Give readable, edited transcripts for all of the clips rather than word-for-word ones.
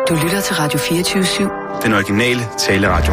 Du lytter til Radio 24/7. Den originale taleradio.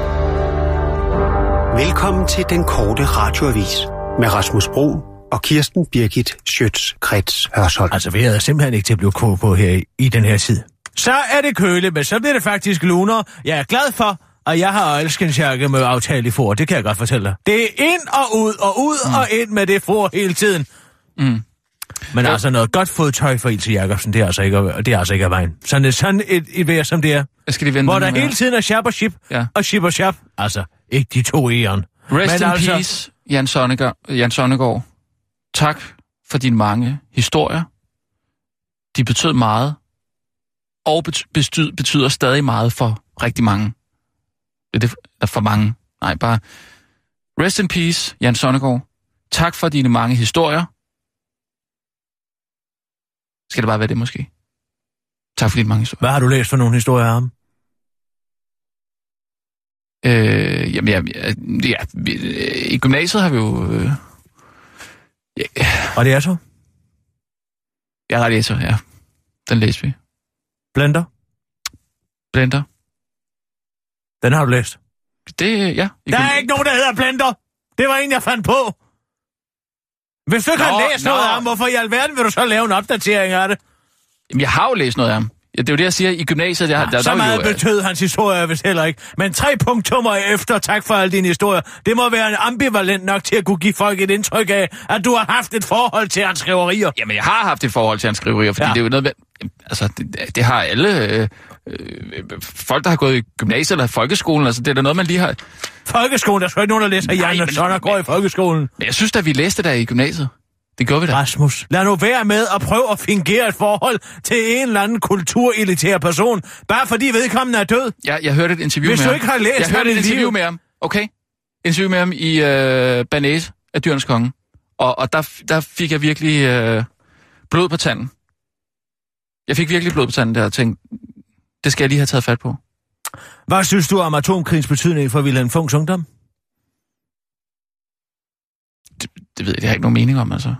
Velkommen til den korte radioavis med Rasmus Bro og Kirsten Birgit Schøtz-Krets Hørsholm. Altså, vejret er simpelthen ikke til at blive klog på her i den her tid. Så er det køligt, men så bliver det faktisk lunere. Jeg er glad for, at jeg har oilskensjakke med aftale i for. Det kan jeg godt fortælle dig. Det er ind og ud og ind med det for hele tiden. Men altså noget godt fodtøj for Ilse Jacobsen, det er altså ikke af vejen. Sådan et vejr, som det er. Jeg skal lige vente. Hvor der hele tiden er shop og ship, og ship og shop. Altså, ikke de to æren. Rest in peace, Jan Sonnegaard. Tak for dine mange historier. De betød meget, og betyder stadig meget for rigtig mange. Det er for mange. Nej, bare rest in peace, Jan Sonnegaard. Tak for dine mange historier. Skal det bare være det, måske? Tak for dine mange historier. Hvad har du læst for nogle historier om? I gymnasiet har vi jo... Radiator? Ja, Radiator, ja. Den læste vi. Blender? Den har du læst? Det, ja. Der er ikke nogen, der hedder Blender! Det var en, jeg fandt på! Hvis du ikke har læst noget af ham, hvorfor i alverden vil du så lave en opdatering af det? Jamen, jeg har jo læst noget af ham. Ja, det er jo det, jeg siger. I gymnasiet... Så meget betød hans historie vist heller ikke. Men 3 punktummer efter, tak for alle dine historier. Det må være en ambivalent nok til at kunne give folk et indtryk af, at du har haft et forhold til hans skriverier. Jamen, jeg har haft et forhold til hans skriverier, fordi det er jo noget med... Altså, det har alle... folk, der har gået i gymnasiet eller folkeskolen, altså det er da noget, man lige har... Folkeskolen? Der er sgu ikke nogen, der læser Jan Sonnegaard i folkeskolen. Men jeg synes da, vi læste der i gymnasiet. Det gør vi da. Rasmus, lad nu være med at prøve at fingere et forhold til en eller anden kulturelitær person, bare fordi vedkommende er død. Jeg hørte et interview med ham. Hvis du ikke har læst... Jeg hørte et interview med ham, okay? Interview med ham i Banæs af Dyrenes Konge. Og der fik jeg virkelig blod på tanden. Jeg fik virkelig blod på tanden der og tænkte, det skal jeg lige have taget fat på. Hvad synes du om atomkrigens betydning for Wilhelm Funks ungdom? Det ved jeg, det har jeg ikke nogen mening om, altså.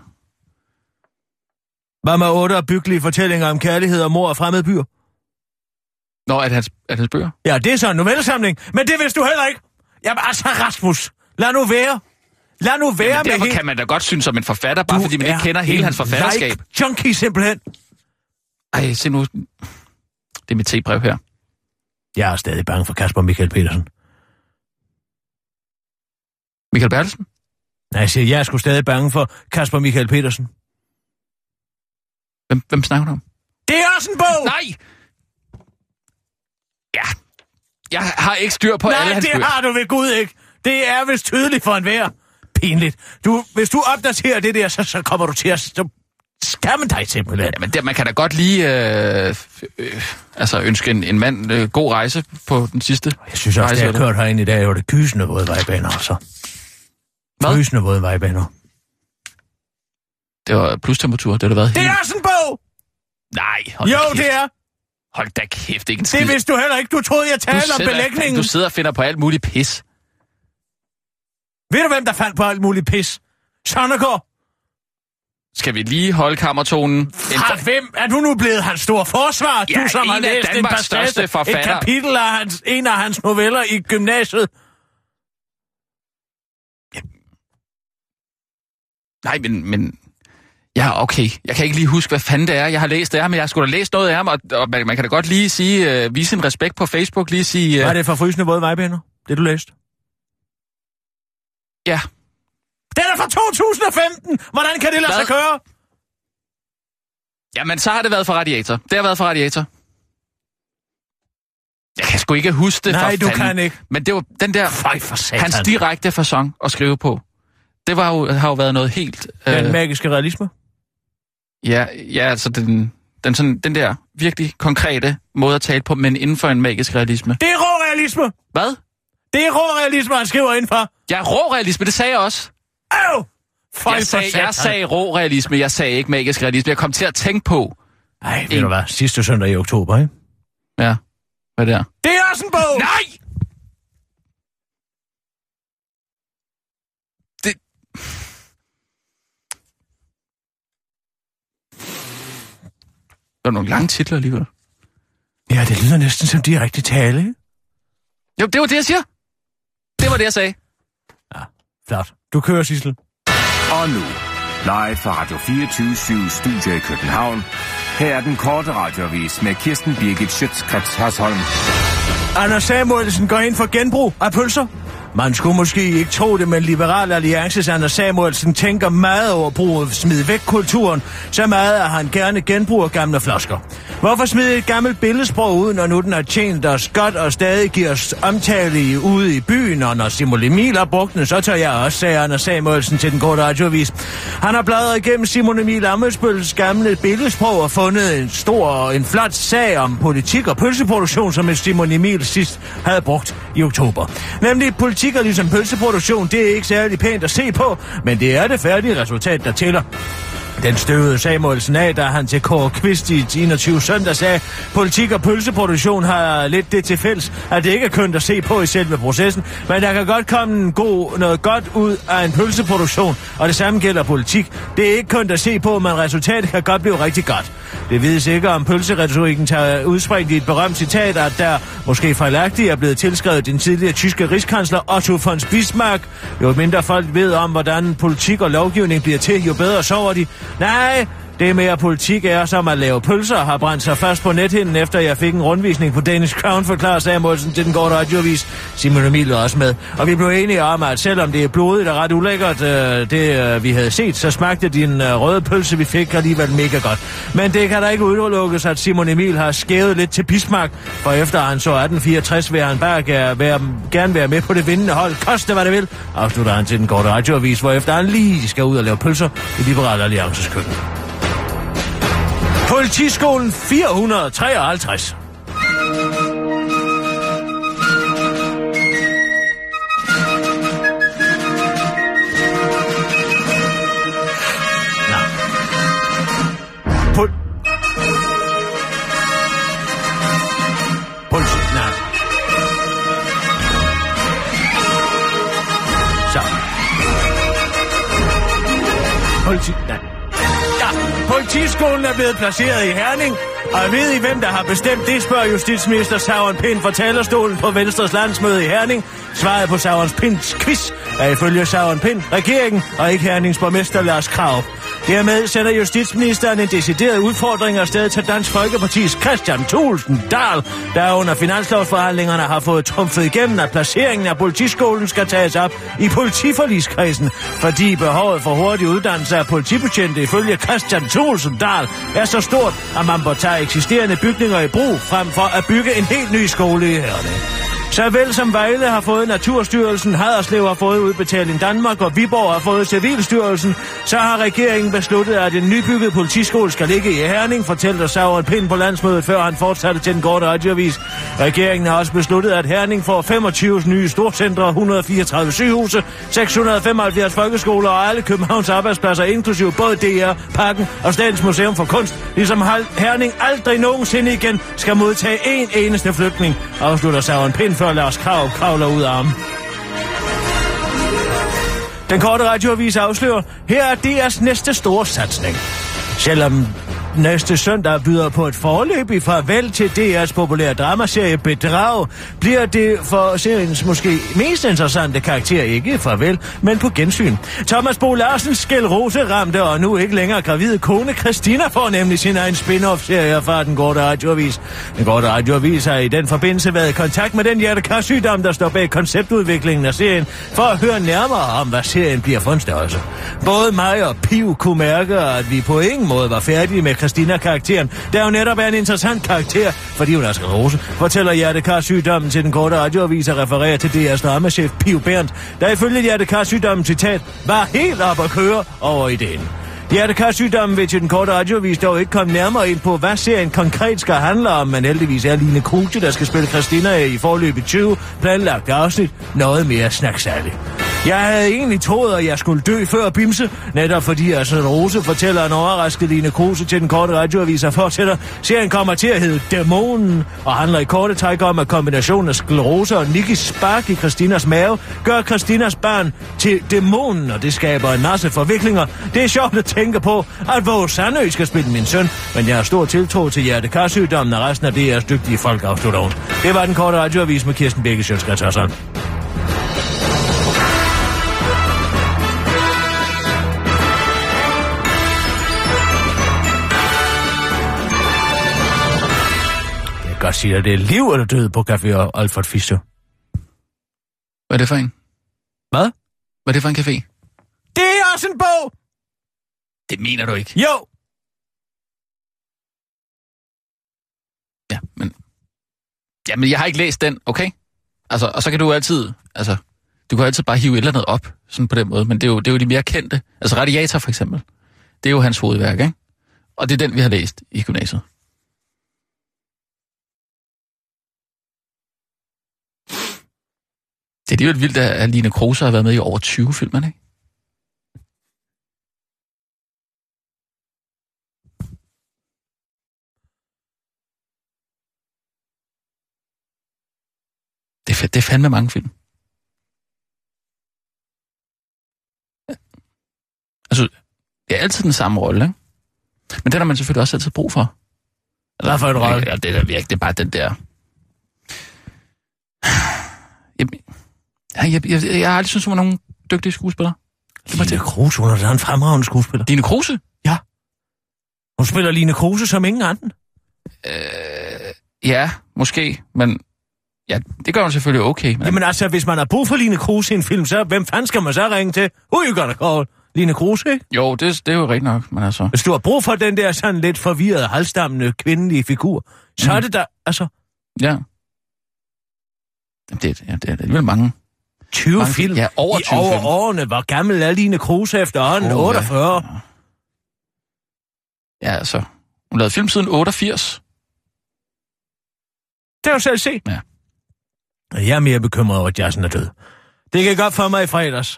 Hvad med 8 byggelige fortællinger om kærlighed og mor og fremmede byer? Nå, er det hans bøger? Ja, det er så en novellesamling, men det vidste du heller ikke. Jamen altså, Rasmus, lad nu være. Lad nu være. Jamen, derfor kan man da godt synes som en forfatter, bare fordi man ikke kender hele hans forfatterskab. Junkie simpelthen. Ej, se nu. Det er mit tebrev her. Jeg er stadig bange for Kasper Michael Petersen. Michael Bertelsen? Nej, jeg siger, jeg er sgu stadig bange for Kasper Michael Petersen. Hvem snakker du om? Det er også en bog! Nej! Ja. Jeg har ikke styr på alle hans bøger. Nej, det har du ved Gud ikke. Det er vist tydeligt for enhver. Pinligt. Hvis du opdaterer det der, så kommer du til at... Så skammer dig simpelthen. Ja, men man kan da godt lige ønske en mand god rejse på den sidste. Jeg synes også, rejse, da jeg kørte herinde i dag, var det gysende våde vejbaner, altså. Hvad? Gysende våde vejbaner. Det var plustemperatur, det har været helt... Det er også en bog! Nej, det er. Hold da kæft, ikke en skid. Det vidste du heller ikke. Du troede, jeg talte om belægningen. Du sidder og finder på alt muligt pis. Ved du, hvem der fandt på alt muligt pis? Sonnegaard. Skal vi lige holde kammertonen? Fra hvem er du nu blevet hans store forsvar? Ja, du som har læst en passage, et kapitel af en af hans noveller i gymnasiet. Ja. Nej, men... Ja, okay. Jeg kan ikke lige huske, hvad fanden det er, jeg har læst af ham, men jeg skulle da læst noget af ham, og man kan da godt lige sige, vise en respekt på Facebook, lige sige... Var det fra Frysende Våde Vejbaner, det du læste? Ja. Den er fra 2015! Hvordan kan det lade sig køre? Jamen, så har det været for Radiator. Det har været for Radiator. Jeg kan sgu ikke huske det. Nej, du kan ikke. Men det var den der... Hans direkte facon at skrive på. Det har jo været noget helt... Den magiske realisme? Ja, altså den der virkelig konkrete måde at tale på, men inden for en magisk realisme. Det er rå realisme! Hvad? Det er rå realisme, han skriver indenfor. Ja, rå realisme, det sagde jeg også. Jeg sagde rå realisme, jeg sagde ikke magisk realisme. Jeg kom til at tænke på... Ej, ved du hvad? Sidste søndag i oktober, ikke? Ja, hvad er det? Det er også en bog! Nej! Det var nogle lange titler alligevel. Ja, Ja, det lyder næsten som direkte tale, ikke? Jo, det var det, jeg siger. Det var det, jeg sagde. Ja, flot. Du kører, Sissel. Og nu, live fra Radio 24/7 Studio i København. Her er den korte radioavis med Kirsten Birgit Schøtz-Krets Hørsholm. Anders Samuelsen går ind for genbrug af pølser. Man skulle måske ikke tro det, men Liberal Alliances Anders Samuelsen tænker meget over bruget smid væk kulturen, så meget at han gerne genbruger gamle flasker. Hvorfor smide et gammelt billedsprog ud, når nu den har tjent os godt og stadig giver os omtale ude i byen, og når Simon Emil har brugt den, så tager jeg også, sagde Anders Samuelsen til den korte radioavis. Han har bladret igennem Simon Emil Ammitzbølls gamle billedsprog og fundet en flot sag om politik og pølseproduktion, som Simon Emil sidst havde brugt i oktober. Nemlig politik og ligesom pølseproduktion, det er ikke særlig pænt at se på, men det er det færdige resultat, der tæller. Den støvede Samuelsen af, da han til Kåre Kvist i 21 søndag sagde, politik og pølseproduktion har lidt det til fælles, at det ikke er kønt at se på i selve processen, men der kan godt komme noget godt ud af en pølseproduktion, og det samme gælder politik. Det er ikke kønt at se på, men resultatet kan godt blive rigtig godt. Det vides ikke, om pølseretorikken tager udspring i et berømt citat, at der måske fejlagtigt er blevet tilskrevet den tidligere tyske rigskansler Otto von Bismarck. Jo mindre folk ved om, hvordan politik og lovgivning bliver til, jo bedre sover de. Nej, det mere politik er som at lave pølser, har brændt sig fast på nethinden, efter jeg fik en rundvisning på Danish Crown, forklarer Samuelsen til den korte radioavis. Simon Emil var også med. Og vi blev enige om, at selvom det er blodigt og ret ulækkert, det vi havde set, så smagte din røde pølse, vi fik, alligevel mega godt. Men det kan da ikke udelukkes, at Simon Emil har skævet lidt til Bismarck, for efter han så 1864 vil han bare gerne være med på det vindende hold. Koste hvad det vil, afslutter han til den korte radioavis, hvorefter han lige skal ud og lave pølser i Liberal Alliances køkken. Politiskolen 453. Politiskolen er blevet placeret i Herning, og ved I, hvem der har bestemt det, spørger justitsminister Søren Pind fra talerstolen på Venstres landsmøde i Herning. Svaret på Søren Pinds quiz er ifølge Søren Pind regeringen og ikke Hernings borgmester Lars Krarup. Dermed sætter justitsministeren en decideret udfordring afsted til Dansk Folkepartis Kristian Thulesen Dahl, der under finanslovsforhandlingerne har fået trumfet igennem, at placeringen af politiskolen skal tages op i politiforligskredsen, fordi behovet for hurtig uddannelse af politibetjente ifølge Kristian Thulesen Dahl er så stort, at man bør tage eksisterende bygninger i brug, frem for at bygge en helt ny skole i Herning. Såvel som Vejle har fået Naturstyrelsen, Haderslev har fået Udbetaling Danmark og Viborg har fået Civilstyrelsen, så har regeringen besluttet, at en nybygget politiskole skal ligge i Herning, fortæller Søren Pind på landsmødet, før han fortsatte til den korte radioavis. Regeringen har også besluttet, at Herning får 25 nye storcentre, 134 sygehuse, 675 folkeskoler og alle Københavns arbejdspladser, inklusive både DR, Parken og Statens Museum for Kunst, ligesom Herning aldrig nogensinde igen skal modtage en eneste flygtning, afslutter Søren Pind, før Lars Krarup kravler ud af ham. Den korte radioavis afslører, her er DR's næste store satsning. Selvom næste søndag byder på et forløb i farvel til DR's populære dramaserie Bedrag, bliver det for seriens måske mest interessante karakter ikke farvel, men på gensyn. Thomas Bo Larsens skælrose-ramte og nu ikke længere gravide kone Christina får nemlig sin egen spin-off-serie fra den korte radioavis. Den korte radioavis har i den forbindelse været i kontakt med den hjertekarsygdom, der står bag konceptudviklingen af serien, for at høre nærmere om, hvad serien bliver for en størrelse. Både mig og Piv kunne mærke, at vi på ingen måde var færdige med Christina-karakteren, der jo netop er en interessant karakter, fordi hun er sklerose, fortæller hjertekarsygdommen til den korte radioavis og refererer til DR's dramachef Piv Berndt, der ifølge hjertekarsygdommen, citat, var helt op at køre over ideen. Hjertekarsygdommen vil til den korte radioavis dog ikke komme nærmere ind på, hvad serien konkret skal handle om, men heldigvis er Line Kruse, der skal spille Christina i forløbet 20, planlagt afsnit, noget mere snaksærligt. Jeg havde egentlig troet, at jeg skulle dø før Bimse, netop fordi Astrid Rose fortæller en overrasket Line Kruse til den korte radioavis og fortsætter. Serien kommer til at hedde Dæmonen, og handler i korte træk om, at kombinationen af sklerose og Nikkis spark i Christinas mave gør Christinas barn til dæmonen, og det skaber en masse forviklinger. Det er sjovt at tænke på, at Våge Sandø skal spille min søn, men jeg har stor tiltro til hjertekarsygdommen, og resten af det er dygtige folk, afslutter hun. Det var den korte radioavis med Kirsten Birgit Schøtz Krets Hørsholm. Jeg kan godt sige, at det er liv eller død på Café og Alfred Fischer. Hvad er det for en? Hvad? Hvad er det for en café? Det er også en bog! Det mener du ikke. Jo! Ja, men jeg har ikke læst den, okay? Altså, og så kan du altid, du kan altid bare hive et eller andet op, sådan på den måde, men det er jo de mere kendte. Altså Radiator for eksempel. Det er jo hans hovedværk, ikke? Og det er den, vi har læst i gymnasiet. Det er alligevel vildt, at Line Kruse har været med i over 20 film, ikke? Det er fandme mange film. Altså, det er altid den samme rolle, ikke? Men den har man selvfølgelig også altid brug for. Hvad for en rolle? Ja, det er virkelig, det er bare den der... Jeg har aldrig syntes, hun var nogen dygtige skuespillere. Line Kruse, hun er en fremragende skuespiller. Line Kruse? Ja. Hun spiller Line Kruse som ingen anden. Ja, måske, men... Ja, det gør hun selvfølgelig okay. Men... Jamen altså, hvis man har brug for Line Kruse i en film, så hvem fanden skal man så ringe til? Who you gonna call? Line Kruse, ikke? Jo, det er jo rigtigt nok, men altså... Hvis du har brug for den der sådan lidt forvirrede, halvstammende kvindelige figur, så er det der, altså... Ja. Det er alligevel mange... 20 mange film? Ja, over 20 over film. årene. Hvor gammel er Line Kruse efterhånden? 48? Ja, altså... Hun lavede film siden 88. Det har du selv set. Ja. Jeg er mere bekymret over, at jazzen er død. Det kan godt for mig i fredags.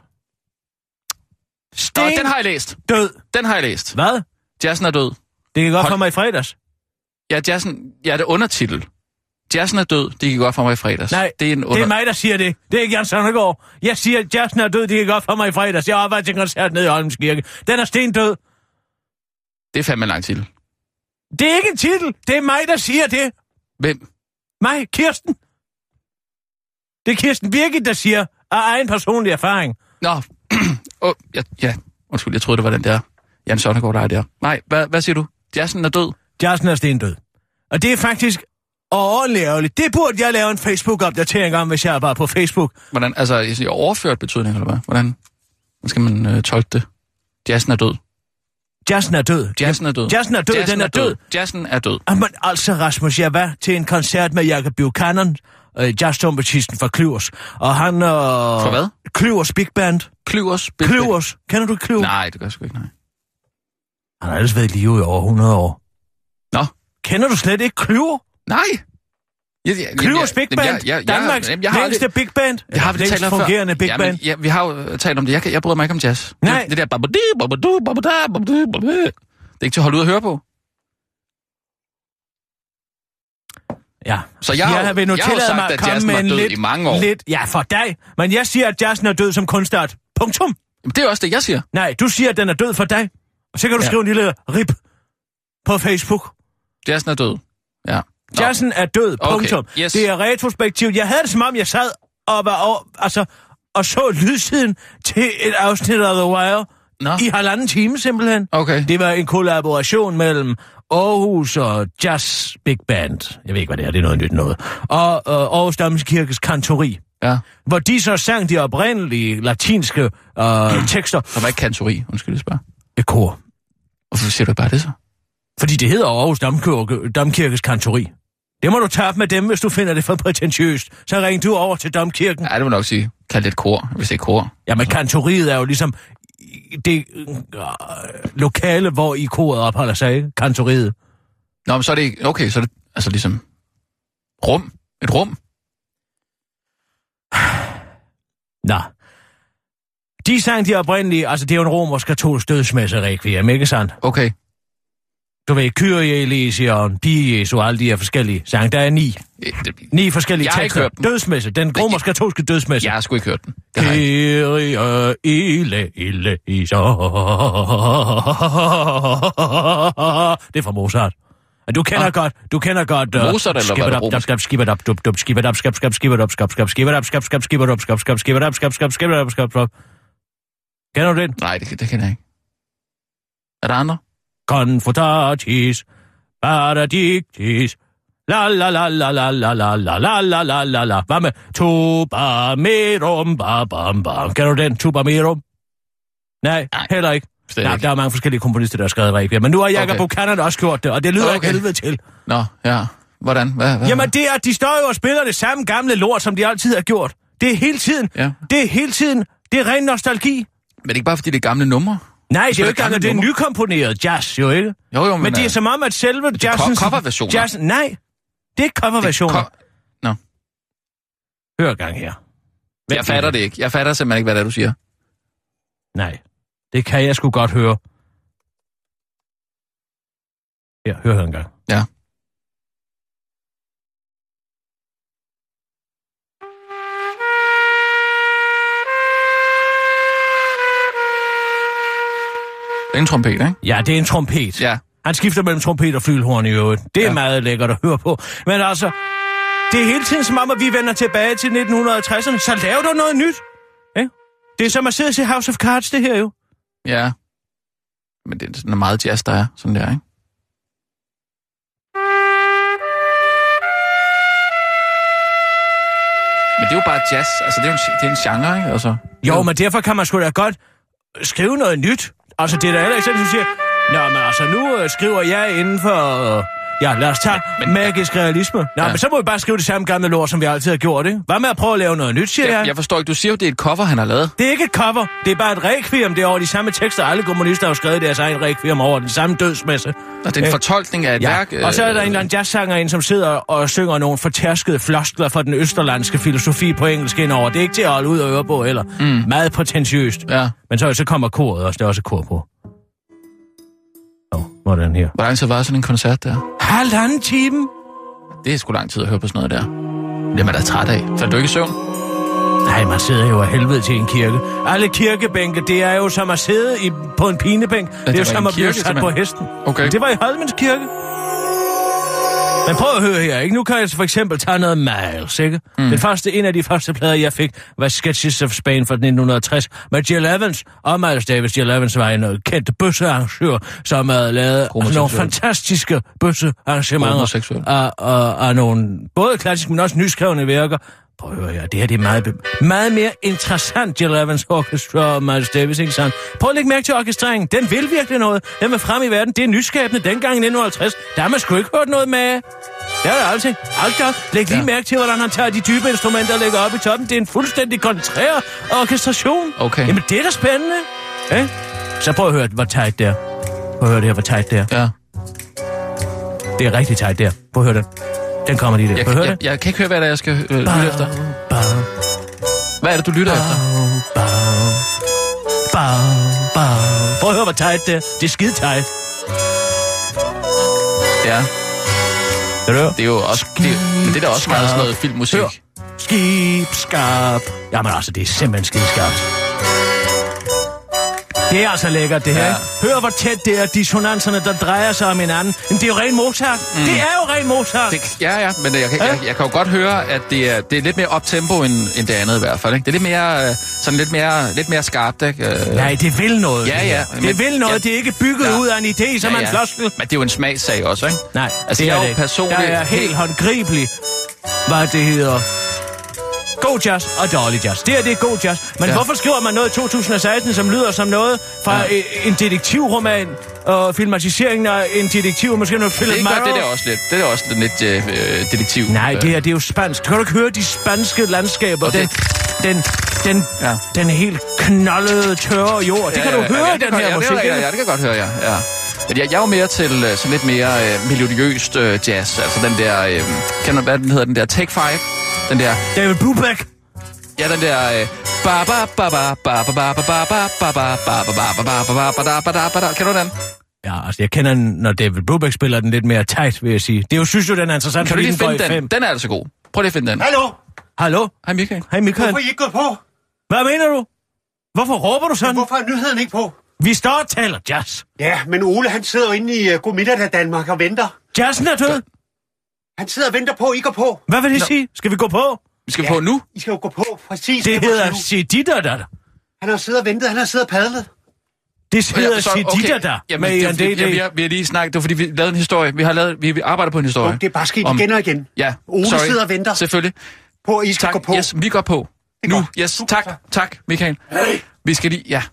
Nå, den har jeg læst. Død. Den har jeg læst. Hvad? Jazzen er død. Det kan godt for mig i fredags. Ja, jazzen... Ja, det er undertitel. Jazzen er død, det kan godt for mig i fredags. Nej, det er mig, der siger det. Det er ikke Jan Søndergaard. Jeg siger, at jazzen er død, det kan godt for mig i fredags. Jeg har arbejdet til en koncert nede i Holmens Kirke. Den er stendød. Det er fandme en lang titel. Det er ikke en titel. Det er mig, der siger det. Hvem? Mig, Kirsten. Det er Kirsten Birgit, der siger af egen personlig erfaring. Nå, undskyld, jeg troede, det var den der Jan Søndergaard, der er der. Nej, hvad siger du? Jazzen er død? Jazzen er stendød. Og det er faktisk ordentligt ærgerligt. Det burde jeg lave en Facebook-opdatering om, hvis jeg er bare på Facebook. Hvordan, altså, i overført betydning, eller hvad? Hvordan skal man tolke det? Jazzen er død. Jazzen er død. Jazzen er død. Jazzen er død, Jazzen den er død. Jazzen er død. Jamen altså, Rasmus, jeg var til en koncert med Jacob Buchanan, jazztrompetisten fra Klyvers. Og han... For hvad? Klyvers Big Band. Klyvers Big Band? Klyvers. Kender du Klyvers? Nej, det gør jeg sgu ikke, nej. Han har ellers været i live i over 100 år. Nå. Kender du slet ikke Klyver? Nej. Klyvers Big Band. Danmarks længste Big Band. Det har vi talt om fungerende Big Band. Ja, vi har jo talt om det. Jeg bryder mig ikke om jazz. Nej. Det der babadu, babadu, babada, babadu, babadu. Det er ikke til at holde ud at høre på. Ja, så jeg vil nu tillade mig at komme med en lidt, i mange år. Lidt, ja, for dig. Men jeg siger, at jazzen er død som kunstart. Punktum. Det er også det, jeg siger. Nej, du siger, at den er død for dig. Og så kan du skrive en lille rip på Facebook. Jazzen er død. Ja. Jazzen er død. Punktum. Okay. Yes. Det er retrospektivt. Jeg havde det som om, jeg sad og var og så lydsiden til et afsnit af The Wire i 1,5 time simpelthen. Okay. Det var en kollaboration mellem Aarhus og Jazz Big Band. Jeg ved ikke, hvad det er. Det er noget nyt noget. Og Aarhus Domkirkes kantori. Ja. Hvor de så sang de oprindelige latinske tekster. Der var ikke kantori, undskyld, jeg spørger. Et kor. Hvorfor siger du bare det så? Fordi det hedder Aarhus Domkirkes kantori. Det må du tage op med dem, hvis du finder det for prætentiøst. Så ring du over til Domkirken. Ja, det må nok sige. Kald det et kor, hvis det er kor. Ja, men kantoriet er jo ligesom det lokale, hvor i koret opholder sig, ikke? Kantoriet. Nå, men så er det okay, så er det altså ligesom rum. Et rum. Nå. De sang de oprindelige, altså det er jo en romersk-katolsk dødsmesse-requiem, ikke sandt? Okay. Du ved, Kyrie eleison, Pie Jesu, alle de her forskellige sange. Der er 9. 9 forskellige tekster. Dødsmesse, den romersk-katolske dødsmesse. Jeg har sgu ikke hørt den. Kyrie eleison. Det er fra Mozart. Du kender godt... Mozart eller hvad der Kender du den? Nej, det kender jeg ikke. Er der andre? Confutatis, paradictis, la la la la la la la la la la la la la. Hvad med? Tubamerum, bam bam. Kender du den? Tubamerum? Nej, heller ikke. Nej, der er mange forskellige komponister, der har skrevet requiem. Men nu har Jacob Buchanan også gjort det, og det lyder ikke helvede til. Nå, ja. Hvordan? Hvad? Jamen, det er, de står jo og spiller det samme gamle lort, som de altid har gjort. Det er hele tiden. Ja. Det er hele tiden. Det er ren nostalgi. Men det er ikke bare, fordi det er gamle numre? Nej, det er jo ikke gamle, det er nykomponeret jazz, jo ikke? Jo, men det er som om, at selve jazzen... Coverversioner? Nej, det er ikke coverversioner. Nå. Hør gang her. Jeg fatter det ikke. Jeg fatter simpelthen ikke, hvad det er, du siger. Nej, det kan jeg sgu godt høre. Ja, hør en gang. Ja. Det er en trompet, ikke? Ja, det er en trompet. Ja. Han skifter mellem trompet og flyghelhorn i øvrigt. Det er meget lækkert at høre på. Men altså, det er hele tiden som om, at vi vender tilbage til 1960'erne. Så lav dog noget nyt. Ja? Det er som at sidde og se House of Cards, det her jo. Ja. Men det er sådan meget jazz, der er sådan der, ikke? Men det er jo bare jazz. Altså, det er en genre, ikke? Altså, jo, men derfor kan man sgu da godt skrive noget nyt. Altså, det er da heller ikke sådan, at du siger, nå, men altså, nu skriver jeg inden for... Ja, lad os tage magisk realisme. Nå, men så må vi bare skrive det samme gamle lort, som vi altid har gjort, ikke? Hvad med at prøve at lave noget nyt, siger jeg? Jeg forstår ikke, du siger jo, det er et cover, han har lavet. Det er ikke et cover, det er bare et requiem. Det er over de samme tekster, alle kommunister har skrevet deres egen requiem over den samme dødsmesse. Og det er en fortolkning af et værk. Og så er der en eller anden jazzsanger, som sidder og synger nogle fortærskede floskler fra den østerlandske filosofi på engelsk indover. Det er ikke til at holde ud og øre på heller. Meget potentiøst. Ja. Men så kommer koret også, der er også kor på. Hvordan her? Hvor lang tid var sådan en koncert der? 1,5 time. Det er sgu lang tid at høre på sådan noget der. Det er man da træt af. Faldt du ikke i søvn? Nej, man sidder jo af helvede til en kirke. Alle kirkebænke, det er jo som at sidde på en pinebænk. Ja, det er jo som at blive sat på hesten. Okay. Det var i Holmens Kirke. Men prøv at høre her, ikke? Nu kan jeg for eksempel tage noget Miles, ikke? En af de første plader, jeg fik, var Sketches of Spain fra 1960 med Jill Evans og Miles Davis. Jill Evans var en kendt bøssearrangør, som havde lavet nogle fantastiske bøssearrangementer af nogle både klassiske, men også nyskrevne værker. Prøv at høre her, det her det er meget mere interessant, Jill Evans Orchestra og Miles Davis, ikke sandt? Prøv at lægge mærke til orkestreringen. Den vil virkelig noget. Den vil frem i verden. Det er nyskabende. Dengang i 1950, der har man sgu ikke hørt noget med. Det er der alting. Læg lige mærke til, hvordan han tager de dybe instrumenter og lægger op i toppen. Det er en fuldstændig kontrær orkestration. Okay. Jamen, det er da spændende. Ja? Så prøv at høre, hvor tight det er. Prøv at høre det her, hvor tight det er. Ja. Det er rigtig tight der. Prøv at høre det. Den kommer lige der. Jeg kan ikke høre, hvad det er, jeg skal lytte efter. Hvad er det, du lytter efter? Prøv at høre, hvor tight det er. Det er skide tight. Ja. Det er jo også... Det er da også meget sådan noget filmmusik. Hør. Skibskarp. Jamen altså, det er simpelthen skideskarpt. Det er altså lækkert, det her. Ja. Hør, hvor tæt det er, dissonanserne, der drejer sig om hinanden. Men det er jo ren Mozart. Det er jo ren Mozart. Ja, men jeg kan jo godt høre, at det er lidt mere optempo end det andet i hvert fald. Ikke? Det er lidt mere skarpt, ikke? Nej, det vil noget. Ja. Det vil noget. Det er ikke bygget ud af en idé, som en floskel. Men det er jo en smagssag også, ikke? Nej, altså, det er jo personligt. Der er helt håndgribeligt, hvad det hedder. God jazz og dårlig jazz. Det er god jazz. Men hvorfor skriver man noget i 2016, som lyder som noget fra en detektivroman og filmatiseringen af en detektiv, måske noget Philip Marlowe? Det er også lidt. Det er også lidt detektiv. Nej, det er jo spansk. Kan du ikke høre de spanske landskaber? Den helt knoldede, tørre jord. Det kan du høre, den her musik. Ja, det kan jeg godt høre, ja. Jeg er jo mere til sådan lidt mere melodiøst jazz. Altså den der, kan du hvad den hedder, den der Take 5? Den der... David Brubeck. Ja, den der... Kan du den? Ja, altså jeg kender den, når David Brubeck spiller den lidt mere tight, vil jeg sige. Det er jo, synes jo, den er interessant. Kan du lige finde den? Den er altså god. Prøv lige at finde den. Hallo? Hallo? Hej Michael. Hej Michael. Hvorfor er I ikke gået på? Hvad mener du? Hvorfor råber du sådan? Hvorfor er nyheden ikke på? Vi står og taler jazz. Ja, men Ole, han sidder jo inde i Godmiddag af Danmark og venter. Jazzen er død. Han sidder og venter på, I går på. Hvad vil det sige? Skal vi gå på? Vi skal på nu. I skal jo gå på, præcis. Det hedder Sididada. Han har siddet og ventet, han har siddet og padlet. Det hedder Sididada. Jamen, vi har lige snakket, det var fordi vi lavede en historie. Vi arbejder på en historie. Det er bare sket igen og igen. Ja, Ole sidder og venter. Selvfølgelig. På, at I skal gå på. Yes, vi går på. Nu, godt. yes, tak, Michael. Hey. Vi skal lige, ja.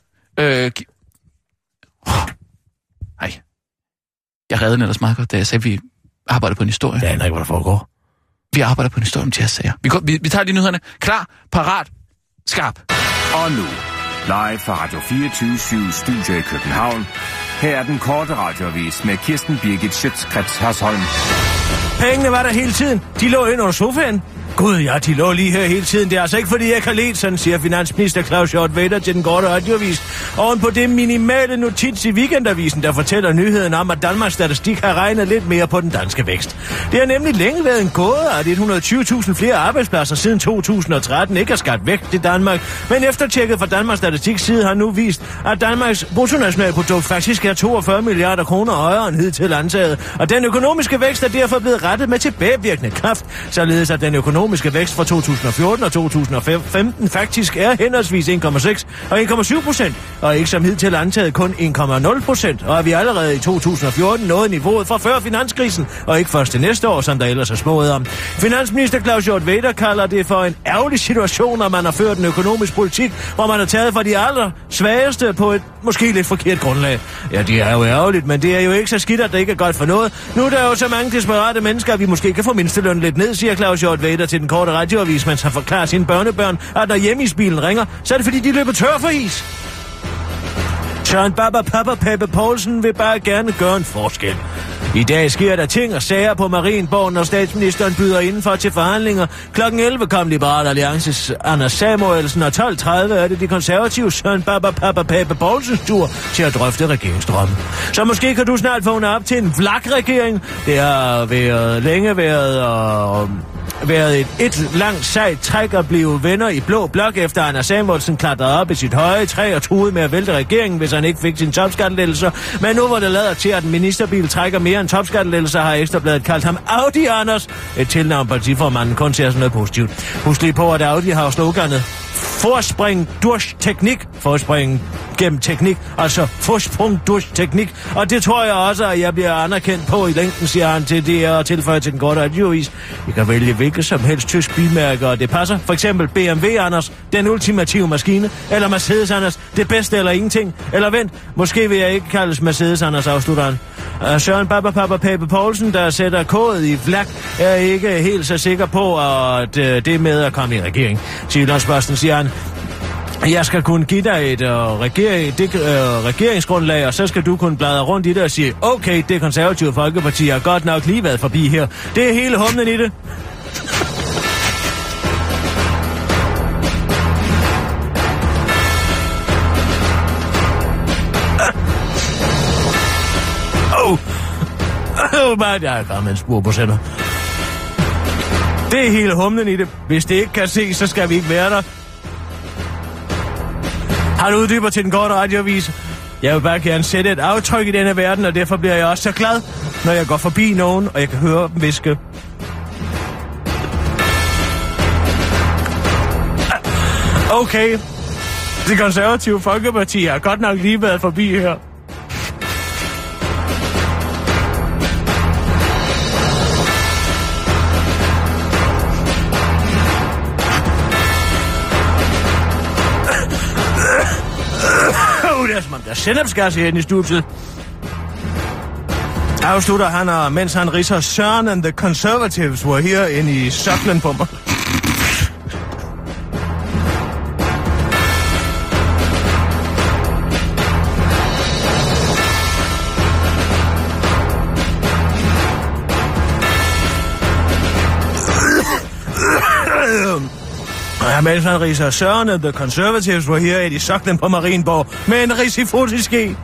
Hej. Jeg reddede den ellers meget godt, da jeg sagde, at vi arbejder på en historie. Jeg aner ikke, hvad der foregår. Vi arbejder på en historie om jazzsager. Vi tager lige nyhederne. Klar, parat, skarp. Og nu, live fra Radio 24/7 Studio i København. Her er den korte radioavis med Kirsten Birgit Schøtz-Krets Hørsholm. Pengene var der hele tiden. De lå ind under sofaen. Gud, ja, de lå lige her hele tiden. Det er altså ikke, fordi jeg kan lide, sådan siger finansminister Claus Hjort Vedder til den korte radioavis. Oven på det minimale notits i Weekendavisen, der fortæller nyheden om, at Danmarks Statistik har regnet lidt mere på den danske vækst. Det har nemlig længe været en gåde, at 120.000 flere arbejdspladser siden 2013 ikke er skabt væk til Danmark. Men eftertjekket fra Danmarks Statistiks side har nu vist, at Danmarks bruttonationalprodukt faktisk er 42 milliarder kroner højere end hidtil antaget. Og den økonomiske vækst er derfor blevet rettet med tilbagevirkende kraft, således at den økonomiske vækst fra 2014 og 2015 faktisk er henholdsvis 1,6 og 1,7%, og ikke som hidtil antaget kun 1,0%, og er vi allerede i 2014 nået niveauet fra før finanskrisen, og ikke først til næste år, som der ellers er smået om. Finansminister Claus Hjort Vedder kalder det for en ærgerlig situation, når man har ført en økonomisk politik, hvor man har taget fra de allersvageste på et måske lidt forkert grundlag. Ja, det er jo ærgerligt, men det er jo ikke så skidt, at det ikke er godt for noget. Nu er der jo så mange desperate mennesker, at vi måske kan få mindsteløn lidt ned, siger Claus Hjort Vedder til den korte radioavis, mens han forklarer sine børnebørn, at når hjemmeisbilen ringer, så er det fordi, de løber tør for is. Søren Papa Peppe Poulsen vil bare gerne gøre en forskel. I dag sker der ting og sager på Marienborg, når statsministeren byder indenfor til forhandlinger. Klokken 11 kom Liberal Alliances Anders Samuelsen, og 12.30 er det de konservative Søren Papa Peppe Poulsens tur til at drøfte regeringsdrømmen. Så måske kan du snart vågne op til en vlak-regering. Det har længe været et langt sejt træk at blive venner i blå blok, efter Anders Samuelsen klatrede op i sit høje træ og truede med at vælte regeringen, hvis han ikke fik sin topskattelettelser. Men nu hvor det lader til, at en ministerbil trækker mere end topskattelettelser, har Ekstrabladet kaldt ham Audi Anders. Et tilnavn partiformanden kun ser sådan noget positivt. Husk lige på, at Audi har sloganet Forspring durch Teknik. Forspring gennem teknik, altså forsprung durch teknik. Og det tror jeg også, at jeg bliver anerkendt på i længden, siger han til DR og tilføjer til den korte radioavis. I kan vælge hvilket som helst tysk bilmærke, og det passer. For eksempel BMW Anders, den ultimative maskine, eller Mercedes Anders, det bedste eller ingenting. Eller vent, måske vil jeg ikke kaldes Mercedes Anders, afslutter han. Søren Papa Peppe Poulsen, der sætter kodet i vlak, er ikke helt så sikker på, at det med at komme i regering. Til Jyllandsposten siger han, jeg skal kunne give dig et regeringsgrundlag, og så skal du kunne bladre rundt i det og sige, okay, det konservative Folkeparti har godt nok lige været forbi her. Det er hele humlen i det. Bare jeg er kommet en spur på sender. Det er hele humlen i det. Hvis det ikke kan se, så skal vi ikke være der. Han uddyber til den korte radioavis. Jeg vil bare gerne sætte et aftryk i denne verden, og derfor bliver jeg også så glad, når jeg går forbi nogen, og jeg kan høre dem hviske. Okay, det konservative Folkeparti har godt nok lige været forbi her. Det er som om der er sennepsgas herinde i studiet. Afslutter han, mens han ridser Søren and the Conservatives were here inde i soklen på mig. Mens han riser Søren and the Conservatives were here i soklen på Marienborg med en risifrutti-ske.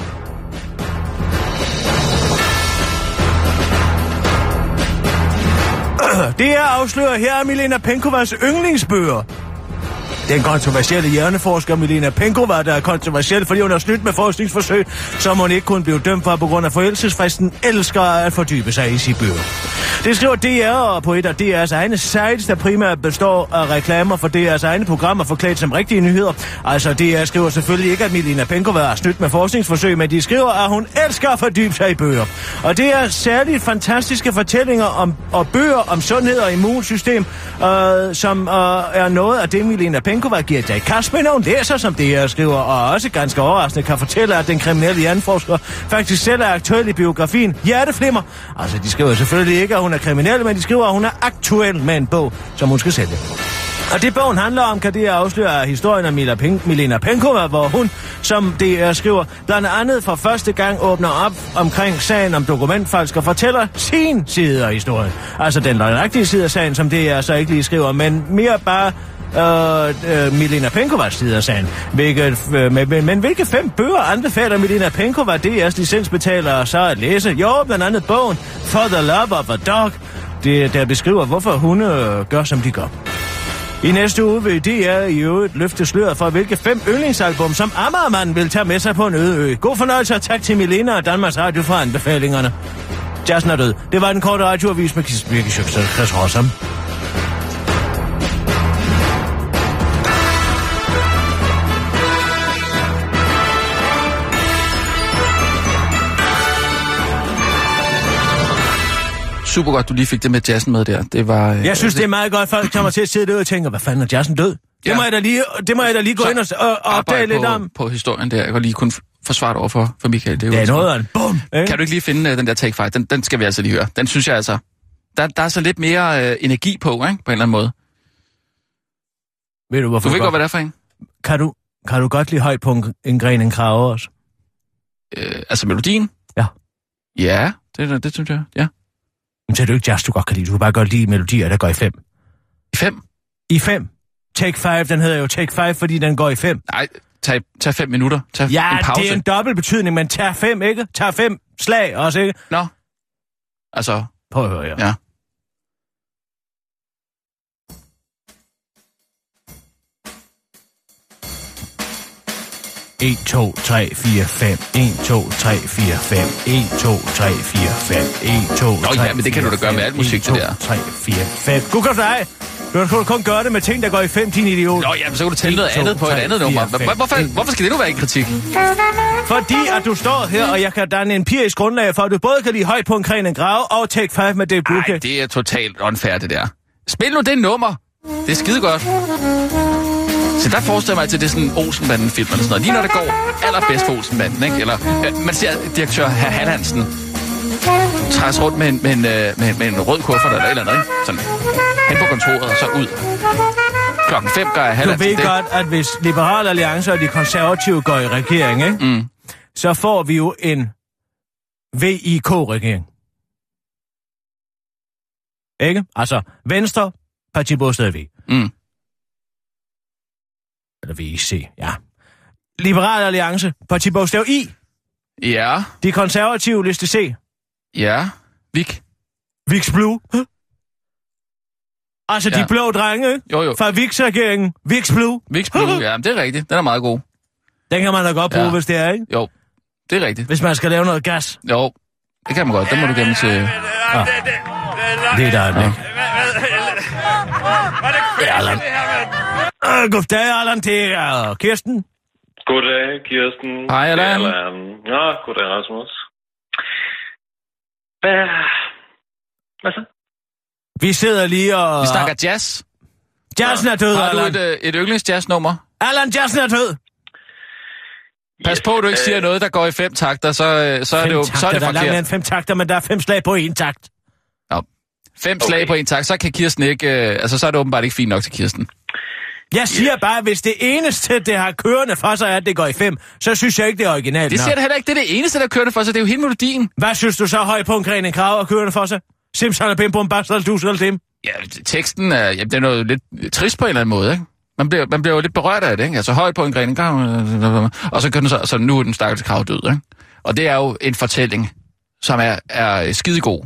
Det er afslører her af Milena Penkovas yndlingsbøger. Den kontroversielle hjerneforsker Milena Penkova, der er kontroversiel, fordi hun har snydt med forskningsforsøg, som hun ikke kunne blive dømt for på grund af forældelsesfristen, elsker at fordybe sig i sine bøger. Det skriver DR og på et af DR's egne sites, der primært består af reklamer for DR's egne programmer forklædt som rigtige nyheder. Altså, DR skriver selvfølgelig ikke, at Milena Penkova har snydt med forskningsforsøg, men de skriver, at hun elsker at fordybe sig i bøger. Og det er særligt fantastiske fortællinger om og bøger om sundhed og immunsystem, som er noget af det, Milena Penkova giver dig i kast med, når hun læser, som DR skriver, og også ganske overraskende kan fortælle, at den kriminelle hjerneforsker faktisk selv er aktuel i biografien Hjerteflimmer. Altså, de skriver selvfølgelig ikke, at hun er kriminel, men de skriver, at hun er aktuel med en bog, som hun skal sælge. Og det bogen handler om, kan det afsløre af historien af Milena Penkova, hvor hun, som DR skriver, blandt andet for første gang åbner op omkring sagen om dokumentfalsk og fortæller sin side af historien. Altså den rigtige side af sagen, som DR så ikke lige skriver, men mere bare Milena Penkovas side af sagen. Men hvilke 5 bøger anbefaler Milena Penkova DR's licensbetalere så at læse? Jo, blandt andet bogen For the Love of a Dog, der beskriver, hvorfor hunde gør, som de gør. I næste uge vil DR i øvrigt løfte sløret for, hvilke 5 yndlingsalbum, som Amagermanden vil tage med sig på en øde ø. God fornøjelse og tak til Milena og Danmarks Radio for anbefalingerne. Jazzen er død. Det var den korte radioavis med Kirsten Birgit Schøtz og Chris Rossum. Super godt, du lige fik det med jazzen med der. Det var... Jeg synes, det er meget godt, folk kommer til at sidde derude og tænker, hvad fanden er jazzen død? Ja. Det må jeg da lige gå ind og opdage lidt om. På historien der. Jeg kan lige kun forsvare det over for Michael. Det er noget af en bum. Kan du ikke lige finde den der Take 5? Den skal vi altså lige høre. Den synes jeg altså... Der er så lidt mere energi på, ikke? På en eller anden måde. Ved du, hvorfor? Du ved godt, hvad det er for en? Kan du godt lide højt på en gren en krave også? Altså melodien? Ja. Ja, det synes jeg, ja. Men så er det jo ikke jazz, du godt kan lide. Du kan bare godt lide melodier, der går i 5. I 5? I 5. Take 5, den hedder jo Take 5, fordi den går i 5. Nej, tag 5 minutter. Tag en pause. Det er en dobbelt betydning, men tag 5, ikke? Tag 5 slag også, ikke? Nå. Altså... Prøv at høre, ja. Ja. En, 2, 3, 4, 5. 1, 2, 3, 4, 5. 1, 2, 3, 4, 5. 1, 2, 3, 4, 5. Nå ja, men det kan du da gøre med alt musik til det der. 1, 2, 3, 4, 5. Gud kan dig! Du kan kun gøre det med ting, der går i 5, din idiot. Nå ja, men så kan du tælle noget andet på et andet nummer. Hvorfor skal det nu være en kritik? Fordi at du står her, og jeg kan danne en empirisk grundlag for, at du både kan lide højt på en gren en grave og Take 5 med det bukke. Nej, det er totalt unfair, det der. Spil nu det nummer. Det er skide godt. Så der forestiller mig til det er sådan Olsenbanden-film eller sådan noget. Lige når det går allerbedst for Olsenbanden, ikke? Eller man ser direktør Herr Hallandsen træs rundt med en rød kuffert eller et eller andet, ikke? Sådan hen på kontoret og så ud. 5:00 gør jeg Hallandsen det. Du ved godt, at hvis Liberal Alliance og de konservative går i regering, ikke? Mm. Så får vi jo en VIK-regering. Ikke? Altså, Venstre, partibogstavet V. Mm. Eller VIC, ja. Liberal Alliance, partibogstav I. Ja. De konservative, liste C. Ja. Viks Blue. Altså, ja. De blå drenge, ikke? Jo. Fra Viks-regeringen. Viks Blue. Viks Blue, ja, det er rigtigt. Den er meget god. Den kan man da godt bruge, hvis det er, ikke? Jo, det er rigtigt. Hvis man skal lave noget gas. Jo, det kan man godt. Den må du gemme til... Ja. Det er der et blik. Allan. Goddag, Allan. Det er Kirsten. Goddag, Kirsten. Hej, Allan. Nå, goddag, Rasmus. Hvad så? Vi sidder lige og... Vi snakker jazz. Jazzen er død, Har Allan. du et yndlingsjazznummer? Allan, jazzen er død. Pas på, du ikke siger noget, der går i 5 takter, så er det jo så er det forkert. Der er langt mere end 5 takter, men der er 5 slag på 1 takt. Ja. 5 slag på 1 takt, så kan Kirsten ikke... så er det åbenbart ikke fint nok til Kirsten. Jeg siger bare, hvis det eneste, det har kørende for sig, er, at det går i 5, så synes jeg ikke, det er originalt. Det siger det heller ikke. Det er det eneste, der kørende for sig. Det er jo hele melodien. Hvad synes du så højt på en gren en krav og kørende for sig? Simson og Bim Bum Bastel, du skal dem. Ja, teksten er, ja, den er jo lidt trist på en eller anden måde, ikke? Man bliver jo lidt berørt af det, ikke? Altså højt på en gren, og så kan den så nu er den stakkels krav død, ikke? Og det er jo en fortælling, som er skidegod.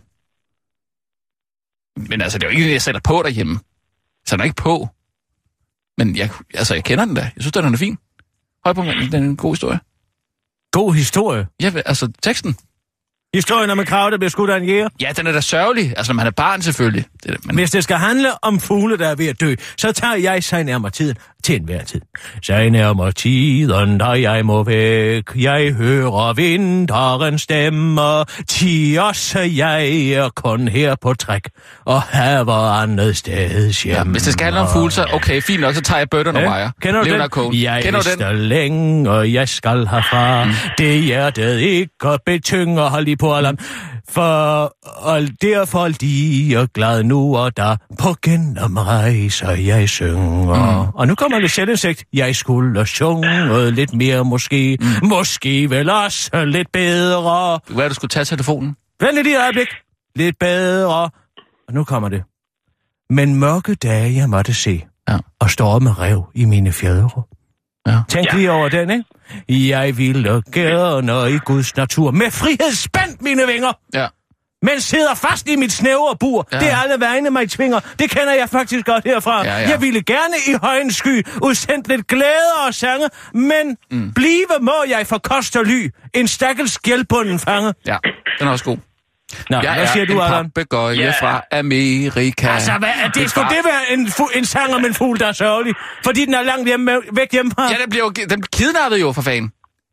Men altså, det er jo ikke det, jeg sætter på derhjemme. Så den er ikke på. Men jeg kender den da. Jeg synes, den er fin. Højt på den er en god historie. God historie? Ja, altså teksten. Historien om en krav, der bliver skudt af en jæger? Ja, den er da sørgelig. Altså, når man er barn selvfølgelig. Men... Hvis det skal handle om fugle, der er ved at dø, så tager jeg sig nærmere tiden til enhver tid. Sig nærmere tiden, da jeg må væk. Jeg hører vinteren stemmer. Også jeg er kun her på træk. Og her var andet sted hjemme. Ja, hvis det skal handle om fugle, så okay, fint nok, så tager jeg Burton og Wire. Kender du Leonard Cohen. Jeg vidste længe, og jeg skal herfra. Det hjertet ikke betynger, hold lige på, Allan. Og derfor lige og glad nu og der på gennemrejser jeg synger. Og nu kommer det selvindsigt. Jeg skulle synge lidt mere måske. Måske vel også lidt bedre. Hvad er du skulle tage telefonen? Vent lige et øjeblik. Lidt bedre. Og nu kommer det. Men mørke dage jeg måtte se. Ja. Og storme rev i mine fjedre. Ja. Tænk lige over den, ikke? Jeg ville gerne i Guds natur med frihed spændt mine vinger. Ja. Men sidder fast i mit snævre bur. Ja. Det er alle vegne mig tvinger. Det kender jeg faktisk godt herfra. Ja. Jeg ville gerne i højen sky udsendt lidt glæde og sange, men blive må jeg for kost og ly. En stakkels skældbunden fange. Ja, den er også god. Nå, hvad siger du, Allan? En papegøje fra Amerika. Altså, hvad er det? Skulle det være en sang om en fugl, der er sørgelig? Fordi den er langt væk hjemmefra? Ja, den kidnappede jo for fanden.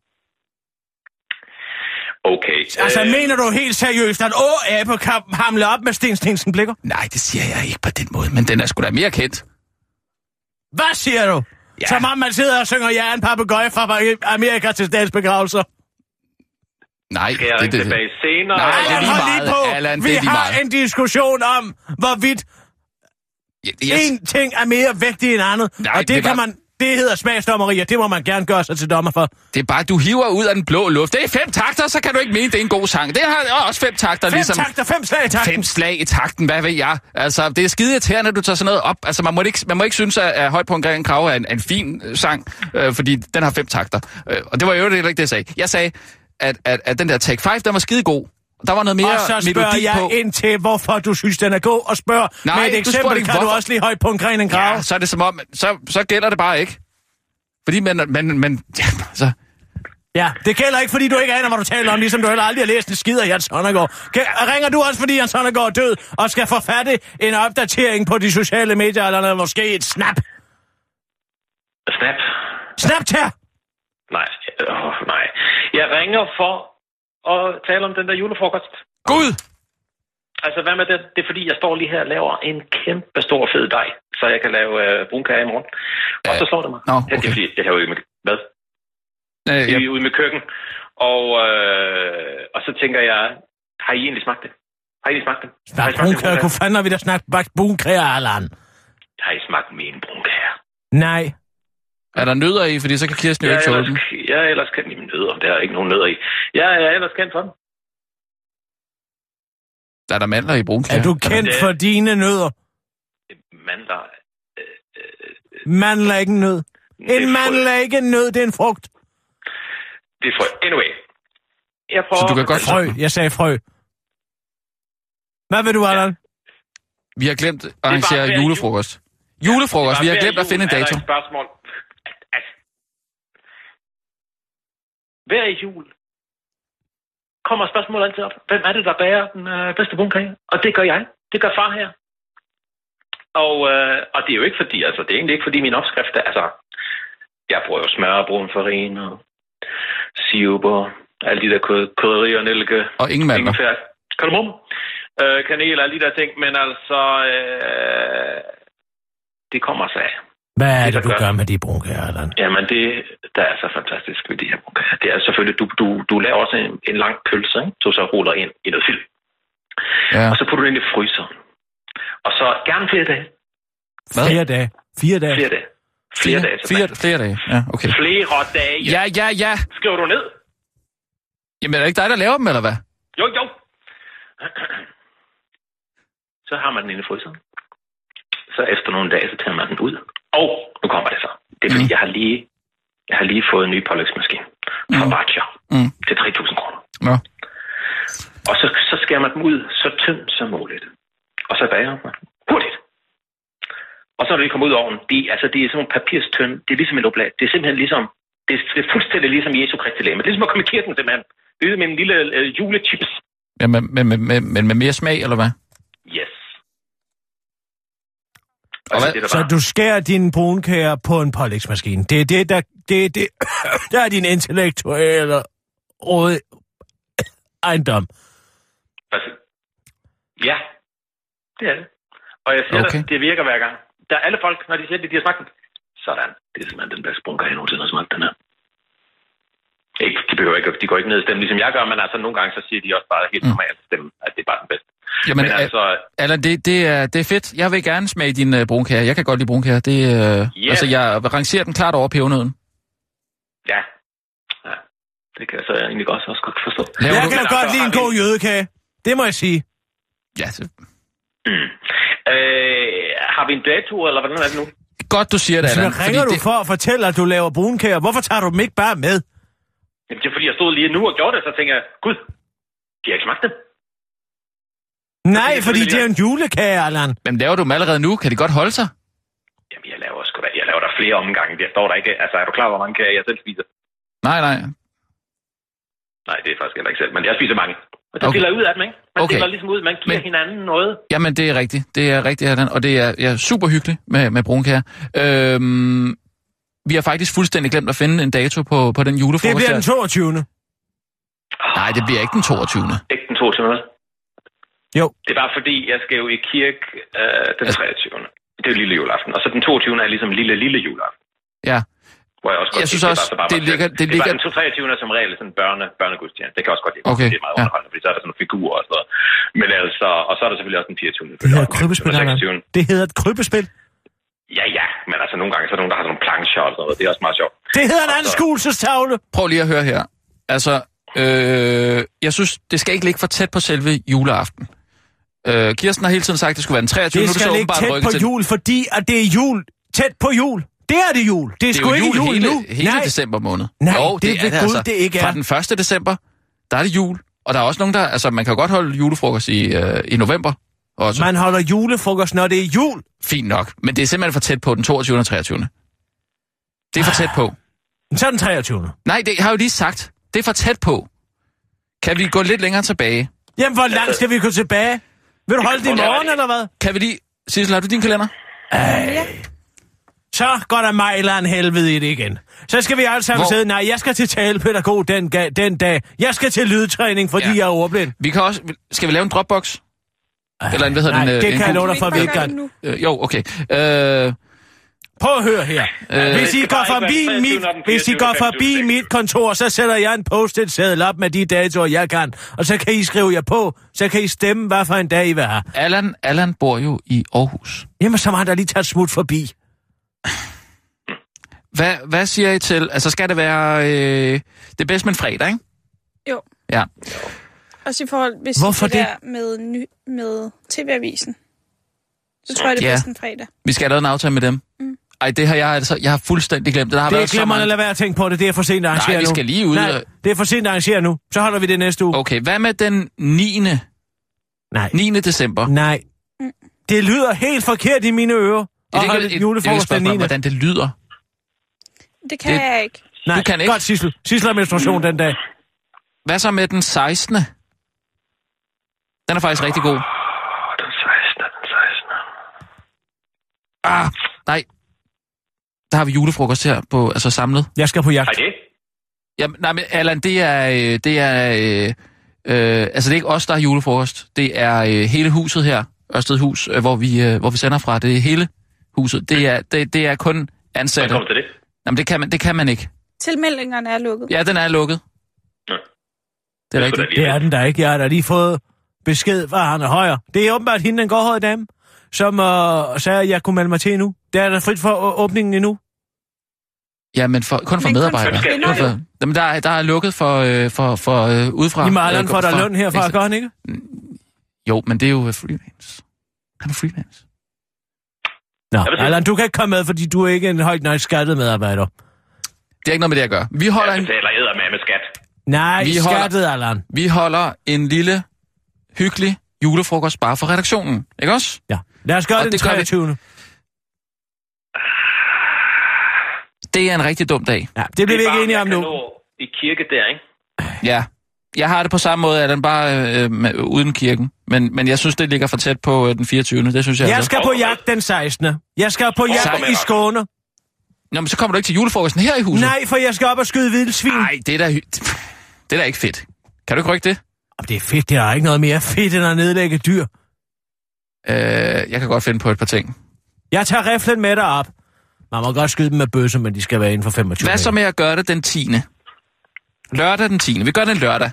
Okay. Altså, mener du helt seriøst, at Abe kan hamle op med Stensen blikker? Nej, det siger jeg ikke på den måde, men den er sgu da mere kendt. Hvad siger du? Ja. Som om man sidder og synger, jeg er en papegøje fra Amerika til statsbegravelser. Skal Nej, jeg ringe tilbage senere? Nej, det er lige meget, Allan, Vi har en diskussion om, hvorvidt en ting er mere vægtig end andet. Nej, og det kan man... Det hedder smagsdommeri, og det må man gerne gøre sig til dommer for. Det er bare, du hiver ud af den blå luft. Det er 5 takter, så kan du ikke mene, det er en god sang. Det har også 5 takter, 5 ligesom... 5 takter, 5 slag i takten. 5 slag i takten, hvad ved jeg? Altså, det er skide irriterende, at du tager sådan noget op. Altså, man må ikke synes, at Højt på en gren krav er en fin sang, fordi den har 5 takter. Og det var jo ikke det, jeg sagde. Jeg sagde, at den der Take 5, den var skide god. Der var noget mere melodi på. Og så spørger jeg ind til, hvorfor du synes, den er god, og spørger med et eksempel, kan du også lige højt på en gren en krav. Ja, så er det som om, så gælder det bare ikke. Fordi men ja, så... Ja, det gælder ikke, fordi du ikke aner, hvad du taler om, ligesom du heller aldrig har læst en skid af Jens Sonnergaard. Ringer du også, fordi Jens Sonnergaard er død, og skal forfatte en opdatering på de sociale medier, eller måske et snap? Snap? Snapchat? Nej. Jeg ringer for at tale om den der julefrokost. Gud! Altså, hvad med det? Det er fordi, jeg står lige her og laver en kæmpe stor fed dej, så jeg kan lave brunkager i morgen. Og så slår det mig. Nå, okay. Det er fordi, jeg har jo ikke med... Hvad? Jeg er ude med køkken. Og så tænker jeg, har I egentlig smagt det? Har I egentlig smagt det? Brunkager? Hvor fanden har vi da snakket bagt brunkager, Allan? Har I smagt mine brunkager? Nej. Er der nødder i? Fordi så kan Kirsten jo ikke tåle dem. Jeg er ellers kendt i mine nødder. Der er ikke nogen nødder i. Jeg er ellers kendt for dem. Der er der mandler i brunkager. Er du kendt for dine nødder? Mandler... Mandler er ikke en nød. En mandel er ikke en nød, det er en frugt. Det er frø. Anyway. Jeg prøver... Så du kan godt... Frø. Jeg sagde frø. Hvad vil du, Allan? Vi har glemt at arrangere julefrokost. Julefrokost. Vi har glemt at finde en dato. Spørgsmål. Altså, hver jul kommer spørgsmålet altid op. Hvem er det, der bærer den bedste bunkage? Og det gør jeg. Det gør far her. Og det er jo ikke fordi, altså det er egentlig ikke fordi min opskrift er, altså jeg bruger jo smør, brun farin og sirup og alle de der krydderier, nellike. Og ingen mandler. Kardemom, kanel og alle de der ting, men altså det kommer sig af. Hvad er det, du gør med de brunkager, Allan? Jamen det, der er så fantastisk ved de her brunkager. Det er selvfølgelig, du laver også en lang pølse, ikke? Du så ruller ind i noget film. Ja. Og så putter du ind i fryseren. Og så gerne flere dage. Hvad? 4 dage. 4 dage. Flere dage. Flere dage. Ja, okay. Flere dage. Ja. Skriver du ned? Jamen er det ikke dig, der laver dem, eller hvad? Jo. Så har man den inde i fryseren. så efter nogle dage, så tager man den ud. Og nu kommer det så. Det er fordi, jeg har lige fået en ny pålægsmaskine fra Batcher til 3.000 kroner. Ja. Og så skærer man dem ud så tyndt som muligt. Og så bager man hurtigt. Og så når de kommer ud af ovnen, de er sådan nogle papirstynde. Det er ligesom en oblat. Det er simpelthen ligesom, det er fuldstændig ligesom Jesu Kristi legeme. Det er ligesom at komme i kirken simpelthen. Ude med en lille julechips. Ja, men med mere smag, eller hvad? Yes. Så du skærer dine brunkager på en pålægsmaskine. Det er det, der er din intellektuelle råd ejendom. Ja, det er det. Og jeg siger dig, det virker hver gang. Der er alle folk, når de siger det, de har smagt den. Sådan. Det er simpelthen den bedste brunkager, jeg nogensinde har smagt den her. De behøver ikke, de går ikke ned i stemmen, ligesom jeg gør, men altså nogle gange, så siger de også bare helt normalt stemme, at det er bare den bedste. Jamen, altså, Allan, det er fedt. Jeg vil gerne smage din brunkager. Jeg kan godt lide brunkager. Altså, jeg rangerer den klart over pebernødden. Ja. Det kan jeg så egentlig også godt forstå. Jeg kan godt lide en god jødekage. Det må jeg sige. Ja, har vi en dato, eller hvordan er det nu? Godt, du siger det, Allan. Så ringer du for at fortælle, at du laver brunkager. Hvorfor tager du dem ikke bare med? Jamen, det er fordi, jeg stod lige nu og gjorde det, så tænker jeg, gud, de har ikke smagt dem. Nej, fordi det er en julekage, Allan. Men laver du dem allerede nu? Kan de godt holde sig? Jamen, jeg laver der flere omgange. Der står der ikke. Altså, er du klar, hvor mange kager jeg selv spiser? Nej. Nej, det er faktisk heller ikke selv, men jeg spiser mange. Og så deler ud af dem, ikke? Man deler ligesom ud, man giver hinanden noget. Jamen, det er rigtigt. Det er rigtigt, Allan. Og det er super hyggeligt med brunkager. Vi har faktisk fuldstændig glemt at finde en dato på den julefrokost. Det bliver den 22. Nej, det bliver ikke den 22. Ikke den 22. Jo. Det er bare fordi, jeg skal jo i kirke den 23. Det er jo lille juleaften. Og så den 22. er ligesom lille juleaften. Ja. Hvor jeg også godt synes også, det ligger... Det ligger den 23. som regel sådan børnegudstjeneste. Det kan også godt lide. Okay. Det er meget underholdende, fordi så er der sådan nogle figurer og sådan noget. Men altså, og så er der selvfølgelig også den 24. Det hedder krybespil, Det hedder et krybespil. Ja, men altså nogle gange så er der nogen, der har sådan nogle plancher og sådan noget. Det er også meget sjovt. Det hedder en anskuelsestavle. Prøv lige at høre her. Altså, jeg synes, det skal ikke ligge for tæt på selve juleaften. Kirsten har hele tiden sagt, at det skulle være den 23. Det skal ligge tæt på jul, fordi at det er jul. Tæt på jul. Det er det jul. Det er sgu ikke jul nu. Hele december måned. Nej, jo, det er altså. Det ikke er. Fra den 1. december, der er det jul. Og der er også nogen, der... Altså, man kan godt holde julefrokost i november. Også. Man holder julefrokost, når det er jul. Fint nok. Men det er simpelthen for tæt på den 22. og 23. Det er for tæt på. Så den 23. Nej, det har jeg jo lige sagt. Det er for tæt på. Kan vi gå lidt længere tilbage? Jamen, hvor langt skal vi gå tilbage? Vil du holde det i morgen, eller hvad? Kan vi lige... Sissel, har du din kalender? Ja. Så går der mig eller en helvede i det igen. Så skal vi alle sammen sidde... Nej, jeg skal til talepædagog den dag. Jeg skal til lydtræning, fordi jeg er ordblind. Vi kan også... Skal vi lave en Dropbox? Eller en, hvad hedder nej, den? Det kan jeg love dig for, at vi ikke gør. Jo, okay. Prøv at høre her. Hvis I går forbi mit kontor, så sætter jeg en post-it-seddel op med de datoer, jeg kan. Og så kan I skrive jer på. Så kan I stemme, hvad for en dag I vil have. Allan bor jo i Aarhus. Jamen, så må han da lige tage et smut forbi. Hvad siger I til... Altså, skal det være det bedste med en fredag, ikke? Jo. Ja. Også i forhold, hvis hvorfor det der med TV-avisen. Så tror jeg, det er bedst en fredag. Vi skal have lavet en aftale med dem. Ej, det har jeg har fuldstændig glemt. Det er glemmer at lade være at tænke på det. Det er for sent at arrangere nu. Nej, vi skal lige ud. Nej, det er for sent at arrangere nu. Så holder vi det næste uge. Okay, hvad med den 9. 9. december? Nej. Det lyder helt forkert i mine ører. Og holde julefrokost den 9. Hvordan det lyder. Det kan jeg ikke. Nej, du kan ikke. Godt, Sissel. Sissel har menstruation den dag. Hvad så med den 16. Den er faktisk rigtig god. Den 16. Nej. Der har vi julefrokost her på, altså samlet. Jeg skal på jagt. Hej det? Jamen, nej, men Allan, det er altså det er ikke os, der har julefrokost. Det er hele huset her, Ørstedhus, hvor vi sender fra. Det er hele huset. Det er kun ansatte. Hvad kommer til det? Jamen, det kan man ikke. Tilmeldingerne er lukket. Ja, den er lukket. Ja. Det er rigtigt. Det er den der ikke. Jeg har da lige fået besked fra Arne Højer. Det er åbenbart hende, den gårdhøje dame, som sagde, at jeg kunne melde mig til endnu. Det er der frit for åbningen endnu. Ja, men kun for medarbejdere. Jamen, der er lukket for udefra. I Marland får der løn herfra, gør han ikke? Jo, men det er jo freelance. Han er freelance. Nå, Allan, du kan ikke komme med, fordi du er ikke en højt nok skattet medarbejder. Det er ikke noget med det at gøre. Vi holder jeg betaler med skat. Nej, skattet, Allan. Vi holder en lille, hyggelig julefrokost bare for redaktionen. Ikke også? Ja. Lad os gøre det den 23. Det er en rigtig dum dag. Ja, det bliver vi ikke enige om nu. I kirke der, ikke? Ja. Jeg har det på samme måde, at den bare uden kirken. Men jeg synes, det ligger for tæt på den 24. Det synes jeg. Jeg skal på jagt den 16. Jeg skal på jagt i Skåne. Nå, men så kommer du ikke til julefrokosten her i huset? Nej, for jeg skal op og skyde vildsvin. Nej, det er da ikke fedt. Kan du ikke rykke det? Det er fedt. Det er ikke noget mere fedt, end at nedlægge dyr. Jeg kan godt finde på et par ting. Jeg tager riflen med dig op. Man må godt skyde dem med bøsser, men de skal være inden for 25. Hvad så med at gøre det den 10. Lørdag den 10. Vi gør det lørdag.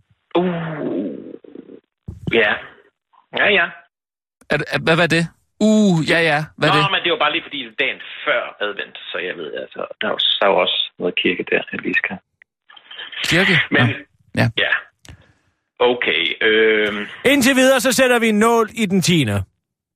Ja. Ja. Hvad var det? Ja. Hvad er det? Men det var bare lige fordi det er dagen før advent, så jeg ved, altså, der er jo også noget kirke der, jeg lige skal. Kirke? Men, ja. Okay. Indtil videre, så sætter vi en nål i den 10. Ja,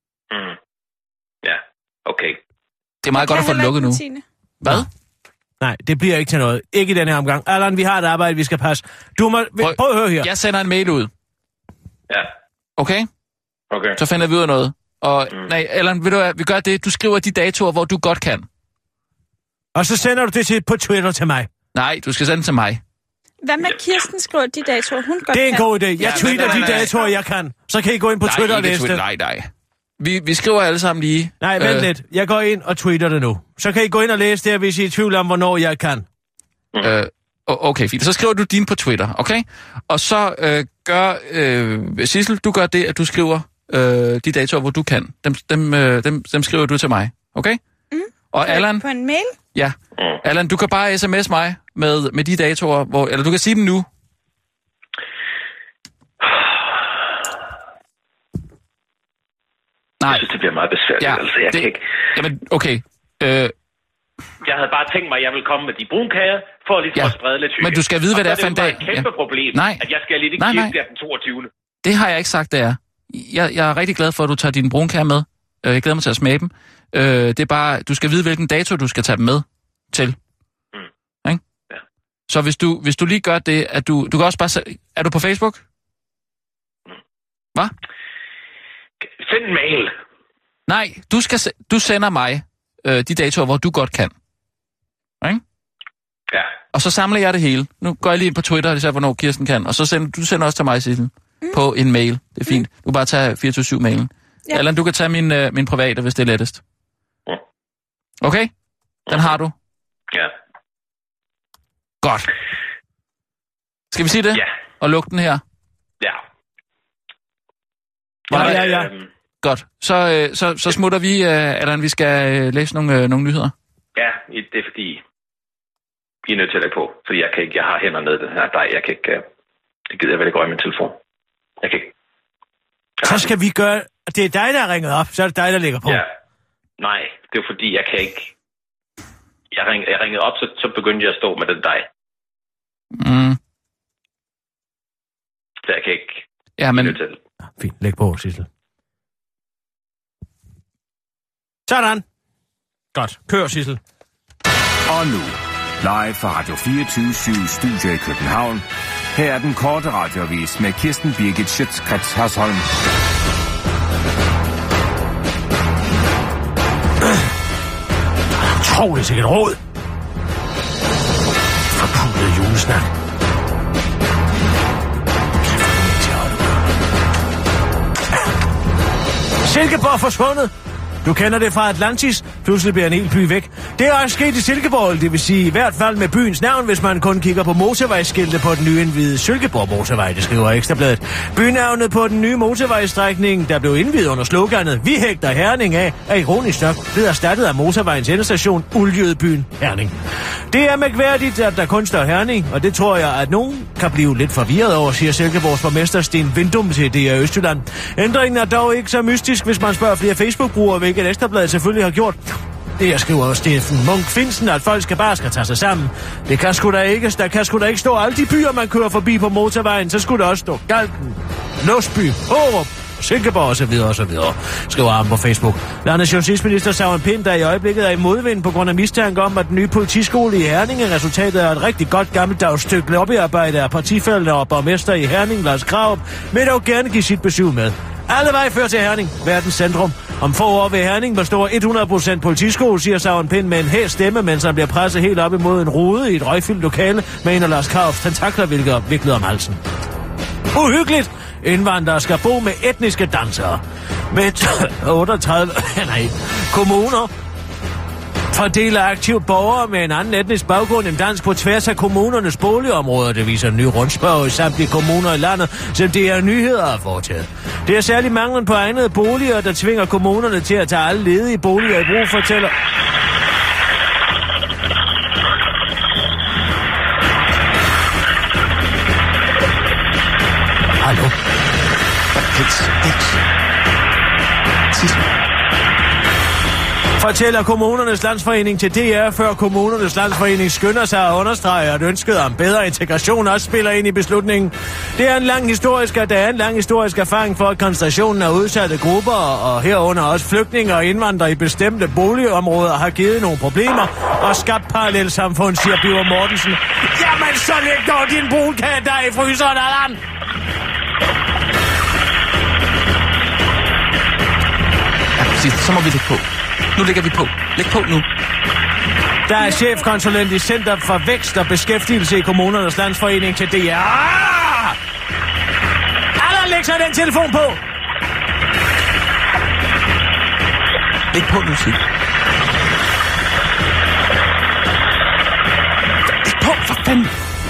okay. Det er meget godt at få det lukket nu. Hvad? Nej, det bliver ikke til noget. Ikke i denne her omgang. Allan, vi har et arbejde, vi skal passe. Du må... Prøv at høre her. Jeg sender en mail ud. Ja. Okay? Okay. Så finder vi ud af noget. Og nej, Allan, ved du hvad, vi gør det. Du skriver de datoer, hvor du godt kan. Og så sender du det på Twitter til mig. Nej, du skal sende det til mig. Hvad med Kirsten skriver de datoer, hun godt kan? Det er en god idé. Jeg tweeter de datoer, jeg kan. Så kan I gå ind på Twitter og læse det. Nej. Vi skriver alle sammen lige... Nej, vent lidt. Jeg går ind og tweeter det nu. Så kan I gå ind og læse det, hvis I er i tvivl om, hvornår jeg kan. Okay, fint. Så skriver du din på Twitter, okay? Og så gør... Sissel, du gør det, at du skriver de datoer, hvor du kan. Dem skriver du til mig, okay? Og Allan... På en mail? Ja. Allan, du kan bare sms mig med de datoer, eller du kan sige dem nu. Nej. Jeg synes, det bliver meget besværligt. Ja, altså, jeg kan ikke... Jamen, okay. Jeg havde bare tænkt mig, at jeg ville komme med de brunkager, for lige at sprede lidt hygge. Men du skal vide, hvad det er for en dag. Og så er det jo et kæmpe problem, at jeg skal lidt i kirke der den 22. Det har jeg ikke sagt, det er. Jeg er rigtig glad for, at du tager dine brunkager med. Jeg glæder mig til at smage dem. Det er bare, du skal vide, hvilken dato du skal tage dem med til. Ikke? Ja. Så hvis du lige gør det, at du kan også bare... Er du på Facebook? Hvad? Send en mail. Nej, du sender mig de datoer, hvor du godt kan. Ikke? Ja. Og så samler jeg det hele. Nu går jeg lige ind på Twitter, og ser, hvornår Kirsten kan. Og så sender også til mig, Sissel, på en mail. Det er fint. Du kan bare tage 24/7-mailen. Ja. Eller du kan tage min private, hvis det er lettest. Okay? Den har du? Ja. Godt. Skal vi sige det? Ja. Og lukke den her? Ja. Ja. Godt. Så smutter vi, Allan, vi skal læse nogle nyheder. Ja, det er fordi, I er nødt til at lægge på. Fordi jeg har hænder nede den her dej. Jeg kan ikke, det gider jeg vel ikke røre min telefon. Jeg kan ikke. Så skal vi gøre, det er dig, der har ringet op, så er det dig, der ligger på. Ja. Nej, det er fordi, jeg kan ikke. Jeg ringede op, så begyndte jeg at stå med den dej. Så jeg kan ikke. Ja, men... Fint, læg på, Sissel. Sådan. Godt. Kør, Sissel. Og nu, live fra Radio 24/7 Studio i København. Her er den korte radioavis med Kirsten Birgit Schøtz-Krets Hørsholm. Utroligt sikkert råd. Forpulede julesnak. Silkeborg er forsvundet. Du kender det fra Atlantis. Pludselig bliver en hel by væk. Det er også sket i Silkeborg, det vil sige i hvert fald med byens navn, hvis man kun kigger på motorvejsskilte på den nye indvidede Silkeborg Motorvej, det skriver Ekstrabladet. Bynavnet på den nye motorvejsstrækning, der blev indviet under sloganet "Vi hægter Herning af", er ironisk nok blevet erstattet af motorvejens endestation Uldjødbyen Herning. Det er mærkværdigt, at der kun står Herning, og det tror jeg, at nogen kan blive lidt forvirret over, siger Silkeborgs borgmester Sten Vindum til DR Østjylland. Ændringen er dog ikke så mystisk, hvis man spørger flere Facebook-brugere, hvilket Ekstrabladet selvfølgelig har gjort. Det jeg skriver Steffen Munk Finsen, at folk skal tage sig sammen. Det kan sgu da ikke. Der kan sgu da ikke stå alle de byer, man kører forbi på motorvejen. Så skulle der også stå Galten, Låsby, Hårup, Silkeborg osv., skriver han på Facebook. Landets justitsminister Søren Pind, der i øjeblikket er i modvind på grund af mistanke om, at den nye politiskole i Herning er resultatet af et rigtig godt gammeldags stykke lobbyarbejde af partifæller og borgmester i Herning, Lars Krarup, vil dog gerne give sit besøg med. Alle vej fører til Herning, verdens centrum. Om få år vil Herning bestå 100% politiskole, siger Søren Pind med en hæs stemme, mens han bliver presset helt op imod en rude i et røgfyldt lokale med en af Lars Krarups tentakler viklet om halsen. Uhyggeligt! Indvandrere skal bo med etniske dansere. Med 38 kommuner fordeler aktivt borgere med en anden etnisk baggrund end dansk på tværs af kommunernes boligområder. Det viser en ny rundspørg i samtlige kommuner i landet, som det er nyheder at fortælle. Det er særlig manglen på egnede boliger, der tvinger kommunerne til at tage alle ledige boliger i brug, fortæller. Hallo? Fortæller Kommunernes Landsforening til DR, før Kommunernes Landsforening skynder sig at understrege, at ønsket om bedre integration også spiller ind i beslutningen. Der er en lang historisk erfaring for, at koncentrationen af udsatte grupper, og herunder også flygtninge og indvandrere i bestemte boligområder, har givet nogle problemer og skabt parallelsamfund, siger Birger Mortensen. Jamen, så læg dog din brudkage der i fryseren, Allan! Ja, så må vi lægge på. Nu lægger vi på. Læg på nu. Der er chefkonsulent i Center for Vækst og Beskæftigelse i Kommunernes Landsforening til DR. Allan, læg så den telefon på! Læg på nu, sig. Læg på, for fanden!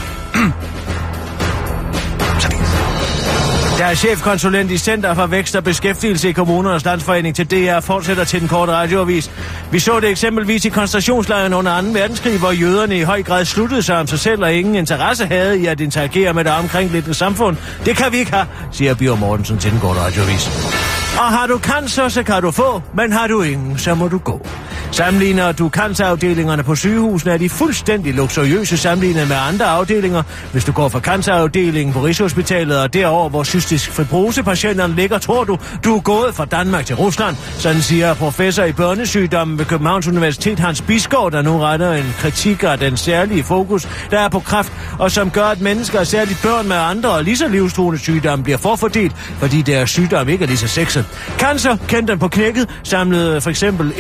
Der er chefkonsulent i Center for Vækst og Beskæftigelse i Kommunernes Landsforening til DR fortsætter til den korte radioavis. Vi så det eksempelvis i koncentrationslejren under 2. verdenskrig, hvor jøderne i høj grad sluttede sig om sig selv og ingen interesse havde i at interagere med det omkringliggende samfund. Det kan vi ikke have, siger Birger Mortensen til den korte radioavis. Og har du cancer, så kan du få, men har du ingen, så må du gå. Sammenligner du cancerafdelingerne på sygehusene, er de fuldstændig luksuriøse sammenlignet med andre afdelinger. Hvis du går fra cancerafdelingen på Rigshospitalet og derover, hvor cystisk fibrosepatienterne ligger, tror du er gået fra Danmark til Rusland. Sådan siger professor i børnesygdommen ved Københavns Universitet Hans Bisgaard, der nu retter en kritik af den særlige fokus, der er på kræft, og som gør, at mennesker, særligt børn med andre og lige så livstruende sygdomme, bliver forfordelt, fordi deres sygdom ikke er lige så sexet. Cancer, kendt den på knækket, samlede for eksempel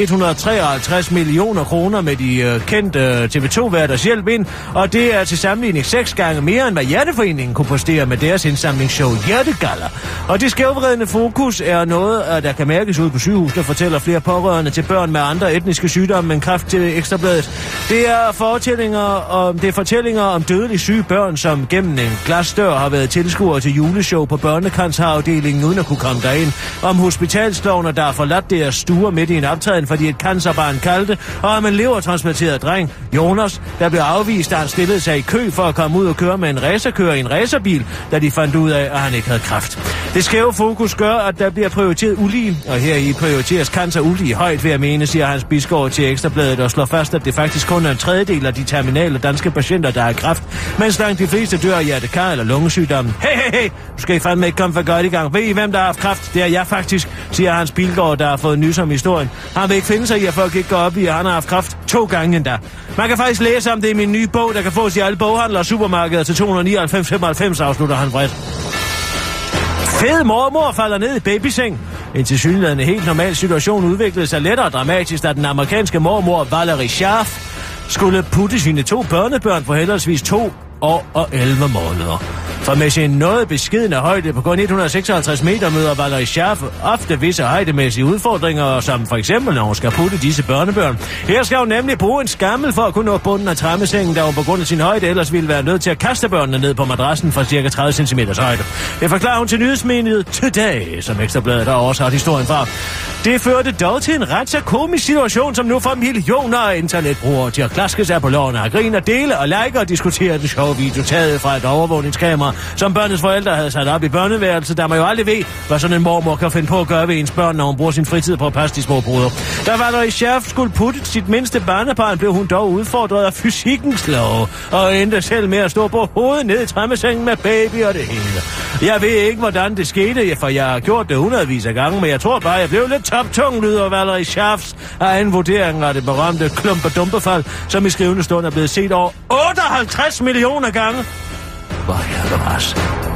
153 millioner kroner med de kendte TV2-værters hjælp ind, og det er til sammenligning 6 gange mere, end hvad Hjerteforeningen kunne præstere med deres indsamlingsshow Hjertegalla. Og det skævvredende fokus er noget, der kan mærkes ud på sygehus, der fortæller flere pårørende til børn med andre etniske sygdomme end kræft til Ekstrabladet. Det er fortællinger om dødeligt syge børn, som gennem en glasdør har været tilskuere til juleshow på børnecancerafdelingen uden at kunne komme derind. Om hospitalsklovner, der har forladt deres stuer midt i en optræden, fordi et cancerbarn kaldte, og om en levertransplanteret dreng, Jonas, der blev afvist, da han stillede sig i kø for at komme ud og køre med en racerkører i en racerbil, da de fandt ud af, at han ikke havde kræft. Det skæve fokus gør, at der bliver prioriteret ulige, og heri prioriteres cancer ulige højt, ved at mene, siger Hans Bisgaard til Ekstrabladet, og slår fast, at det faktisk kun er en tredjedel af de terminale danske patienter, der har kræft, mens langt de fleste dør af hjertekar eller lungesygdommen. Hey, du skal I fandme ikke komme for godt i gang. Ved I, hvem der har haft kræft? Det er jeg faktisk, siger Hans Bisgaard, der har fået nys om historien. Han vil ikke finde sig i, at folk ikke går op i, at han har haft kræft 2 gange endda. Man kan faktisk læse om det i min nye bog, der kan fås i alle boghandler og supermarkeder til 299,95, afslutter han vredt. Fed mormor falder ned i babyseng. En tilsyneladende helt normal situation udviklede sig lettere dramatisk, da den amerikanske mormor Valerie Scharf skulle putte sine 2 børnebørn på henholdsvis 2 år og 11 måneder. For med sin noget beskedne højde på kun 156 meter møder Valerie Scharf ofte visse højdemæssige udfordringer, som for eksempel når hun skal putte disse børnebørn. Her skal hun nemlig bruge en skammel for at kunne nå bunden af tremmesengen, da hun på grund af sin højde ellers ville være nødt til at kaste børnene ned på madrassen fra ca. 30 cm højde. Det forklarer hun til nyhedsmediet Today, som Ekstrabladet har oversat historien fra. Det førte dog til en ret så komisk situation, som nu får millioner af internetbrugere til at klaske sig på lårene og grine og dele og like og diskutere den sjove video taget fra et overvågningskamera som børnets forældre havde sat op i børneværelset, der man jo aldrig ved, hvad sådan en mormor kan finde på at gøre ved ens børn, når hun bruger sin fritid på at passe de små bruder. Da Valerie Scherf skulle putte sit mindste barnebarn, blev hun dog udfordret af fysikkens lov, og endte selv med at stå på hovedet ned i træmmesengen med baby og det hele. Jeg ved ikke, hvordan det skete, for jeg har gjort det hundredvis af gange, men jeg tror bare, jeg blev lidt toptung, lyder Valerie Scherfs egen vurdering af det berømte klumpedumpefald, som i skrivende stund er blevet set over 58 millioner gange. Hvor er det ras.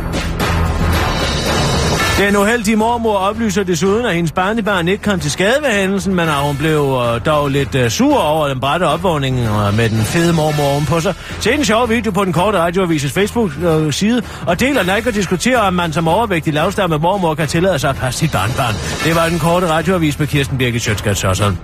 Den uheldige mormor oplyser desuden, at hendes barnebarn ikke kom til skade ved hændelsen, men at hun blev dog lidt sur over den brætte opvågning med den fede mormor ovenpå sig. Se en sjov video på den korte radioavises Facebook-side, og deler like og diskuterer, om man som overvægtig lavstamme mormor kan tillade sig at passe sit barnebarn. Det var den korte radioavis med Kirsten Birgit Schøtzgrads Hørsholm.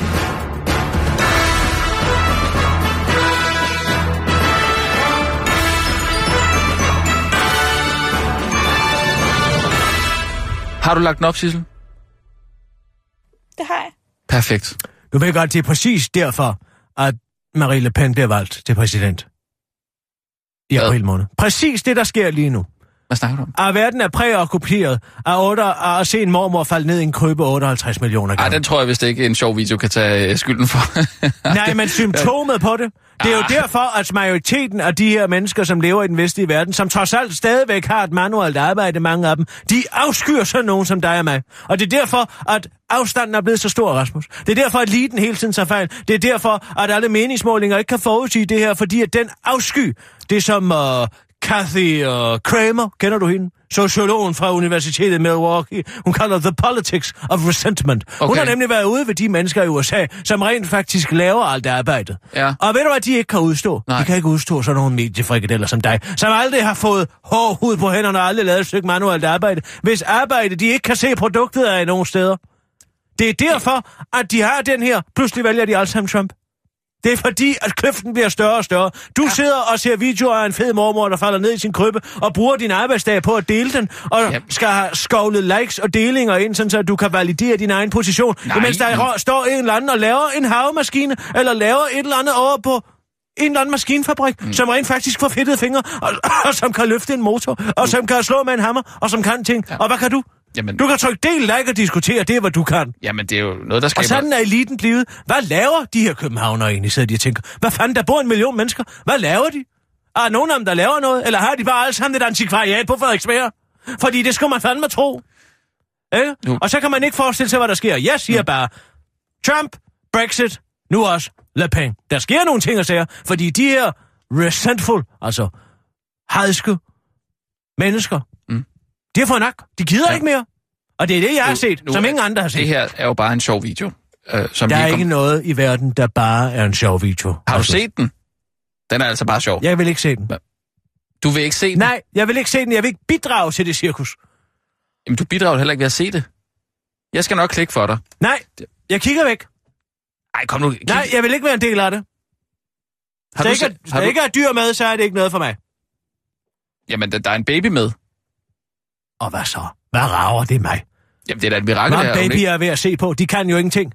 Har du lagt den op, Sissel? Det har jeg. Perfekt. Du ved godt, det er præcis derfor, at Marie Le Pen bliver valgt til præsident. I april måned. Præcis det, der sker lige nu. Hvad snakker du om? At verden er præokkuperet af at se en mormor falde ned i en krybbe 58 millioner gange. Ej, den tror jeg vist ikke en sjov video kan tage skylden for. Nej, men symptomet på det. Det er jo derfor, at majoriteten af de her mennesker, som lever i den vestlige verden, som trods alt stadigvæk har et manuelt arbejde, mange af dem, de afskyr sådan nogen som dig og mig. Og det er derfor, at afstanden er blevet så stor, Rasmus. Det er derfor, at eliten hele tiden tager fejl. Det er derfor, at alle meningsmålinger ikke kan forudsige det her, fordi at den afsky, det er som Kathy Kramer, kender du hende? Sociologen fra Universitetet i Milwaukee. Hun kalder The Politics of Resentment. Okay. Hun har nemlig været ude ved de mennesker i USA, som rent faktisk laver alt arbejdet. Ja. Og ved du hvad, de ikke kan udstå? Nej. De kan ikke udstå sådan nogle mediefrikadeller som dig, som aldrig har fået hård hud på hænderne og aldrig lavet et stykke manuelt arbejde, hvis arbejde de ikke kan se produktet af i nogle steder. Det er derfor, at de har den her. Pludselig vælger de alle sammen Trump. Det er fordi, at kløften bliver større og større. Du sidder og ser videoer af en fed mormor, der falder ned i sin krybbe, og bruger din arbejdsdag på at dele den, og skal have skovlet likes og delinger ind, sådan så du kan validere din egen position. Mens der står en eller anden og laver en havemaskine, eller laver et eller andet over på en eller anden maskinfabrik, som rent faktisk får fedtede fingre, og som kan løfte en motor, og som kan slå med en hammer, og som kan ting. Ja. Og hvad kan du? Jamen, du kan trykke del, like og diskutere, det er, hvad du kan. Jamen, det er jo noget, der skaber... Og sådan er eliten blevet. Hvad laver de her københavnere egentlig, sidder de og tænker? Hvad fanden, der bor 1 million mennesker? Hvad laver de? Er nogen af dem, der laver noget? Eller har de bare alle sammen et antikvariat på Frederiksberg? Fordi det skulle man fandme tro. Og så kan man ikke forestille sig, hvad der sker. Jeg siger bare, Trump, Brexit, nu også Le Pen. Der sker nogle ting og sager, fordi de her resentful, altså hadske mennesker, de har fået nok. De gider ikke mere. Og det er det, jeg har set, som ingen andre har set. Det her er jo bare en sjov video. Som der er ikke noget i verden, der bare er en sjov video. Har du set den? Den er altså bare sjov. Jeg vil ikke se den. Du vil ikke se den? Nej, jeg vil ikke se den. Jeg vil ikke bidrage til det cirkus. Jamen, du bidrager heller ikke ved at se det. Jeg skal nok klikke for dig. Nej, jeg kigger væk. Ej, kom nu. Nej, jeg vil ikke være en del af det. Hvis der ikke er dyr med, så er det ikke noget for mig. Jamen, der er en baby med. Og hvad så? Hvad rager det mig? Jamen, det er da et mirakel, hvad baby er ved at se på? De kan jo ingenting.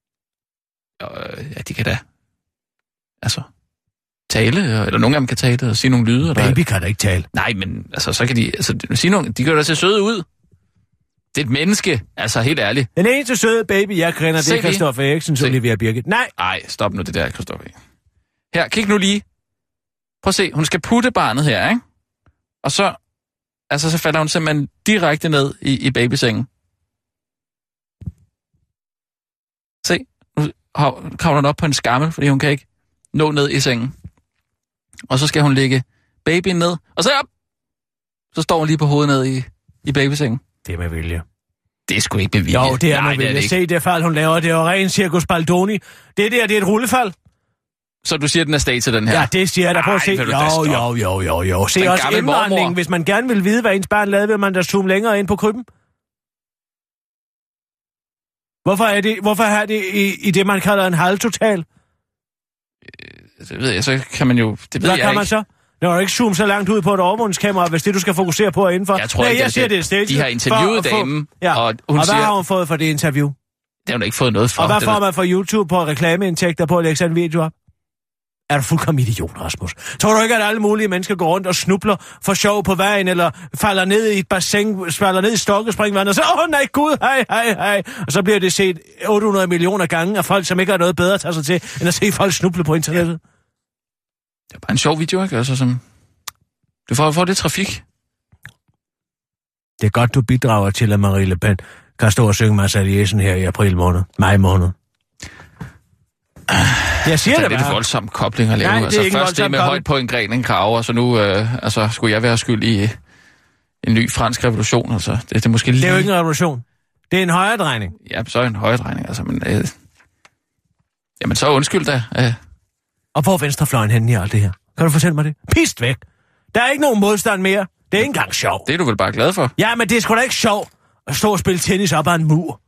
Ja, de kan da. Altså, tale, eller nogle af dem kan tale og sige nogle lyde. Baby kan da ikke tale. Nej, men altså, så kan de sige nogle... De kan jo da se søde ud. Det er et menneske, altså helt ærligt. Den eneste søde baby, jeg kender, det er Christoffer Eriksens Olivia Birgit. Nej, stop nu det der, Christoffer. Her, kig nu lige. Prøv at se, hun skal putte barnet her, ikke? Og så... Altså, så falder hun simpelthen direkte ned i babysengen. Se, nu kravler hun op på en skammel, fordi hun kan ikke nå ned i sengen. Og så skal hun lægge babyen ned, og så op! Så står hun lige på hovedet ned i babysengen. Det er med vilje. Det er sgu ikke med vilje. Jo, det er med vilje. Se det fald, hun laver. Det er jo ren Circus Baldoni. Det er et rullefald. Så du siger, den er stat til den her? Ja, det siger jeg da. Prøv at se. Jo. Se også indvandringen. Hvis man gerne vil vide, hvad ens barn lavede, vil man da zoome længere ind på krybben. Hvorfor er det i det, man kalder en halvtotal? Det ved jeg, så kan man jo... Det ved hvad jeg kan man så? Når du ikke zoome så langt ud på et overvågningskamera, hvis det, du skal fokusere på er indenfor. Jeg tror ikke, siger, det er stage. De har interviewet damen, og hvad har hun fået for det interview? Det har hun ikke fået noget for. Og hvad får man for YouTube på reklameindtægter på at lægge sådan en video op? Er du fuldkommen idiot, Rasmus? Tror du ikke, at alle mulige mennesker går rundt og snubler for sjov på vejen, eller falder ned i et bassin, falder ned i stokkespringvand, og så, nej gud, hej. Og så bliver det set 800 millioner gange af folk, som ikke har noget bedre at tage sig til, end at se folk snuble på internettet. Det er bare en sjov video, ikke? Altså, som... Du får det trafik. Det er godt, du bidrager til, at Marie Le Pen kan stå og synge Marseillaisen her i april måned, maj måned. Jeg siger det bare. Det er voldsom kobling at lave. Nej, det er ikke først det med højt på en gren, en krav, og så nu skulle jeg være skyld i en ny fransk revolution. Altså, det er måske lige... Det er jo ikke en revolution. Det er en højredrejning. Ja, så er en højredrejning, altså, men... jamen, så undskyld da. Og hvor er venstrefløjen henne i alt det her? Kan du fortælle mig det? Pist væk! Der er ikke nogen modstand mere. Det er ikke engang sjov. Det er du vel bare glad for? Ja, men det er sgu da ikke sjov at stå og spille tennis op ad en mur.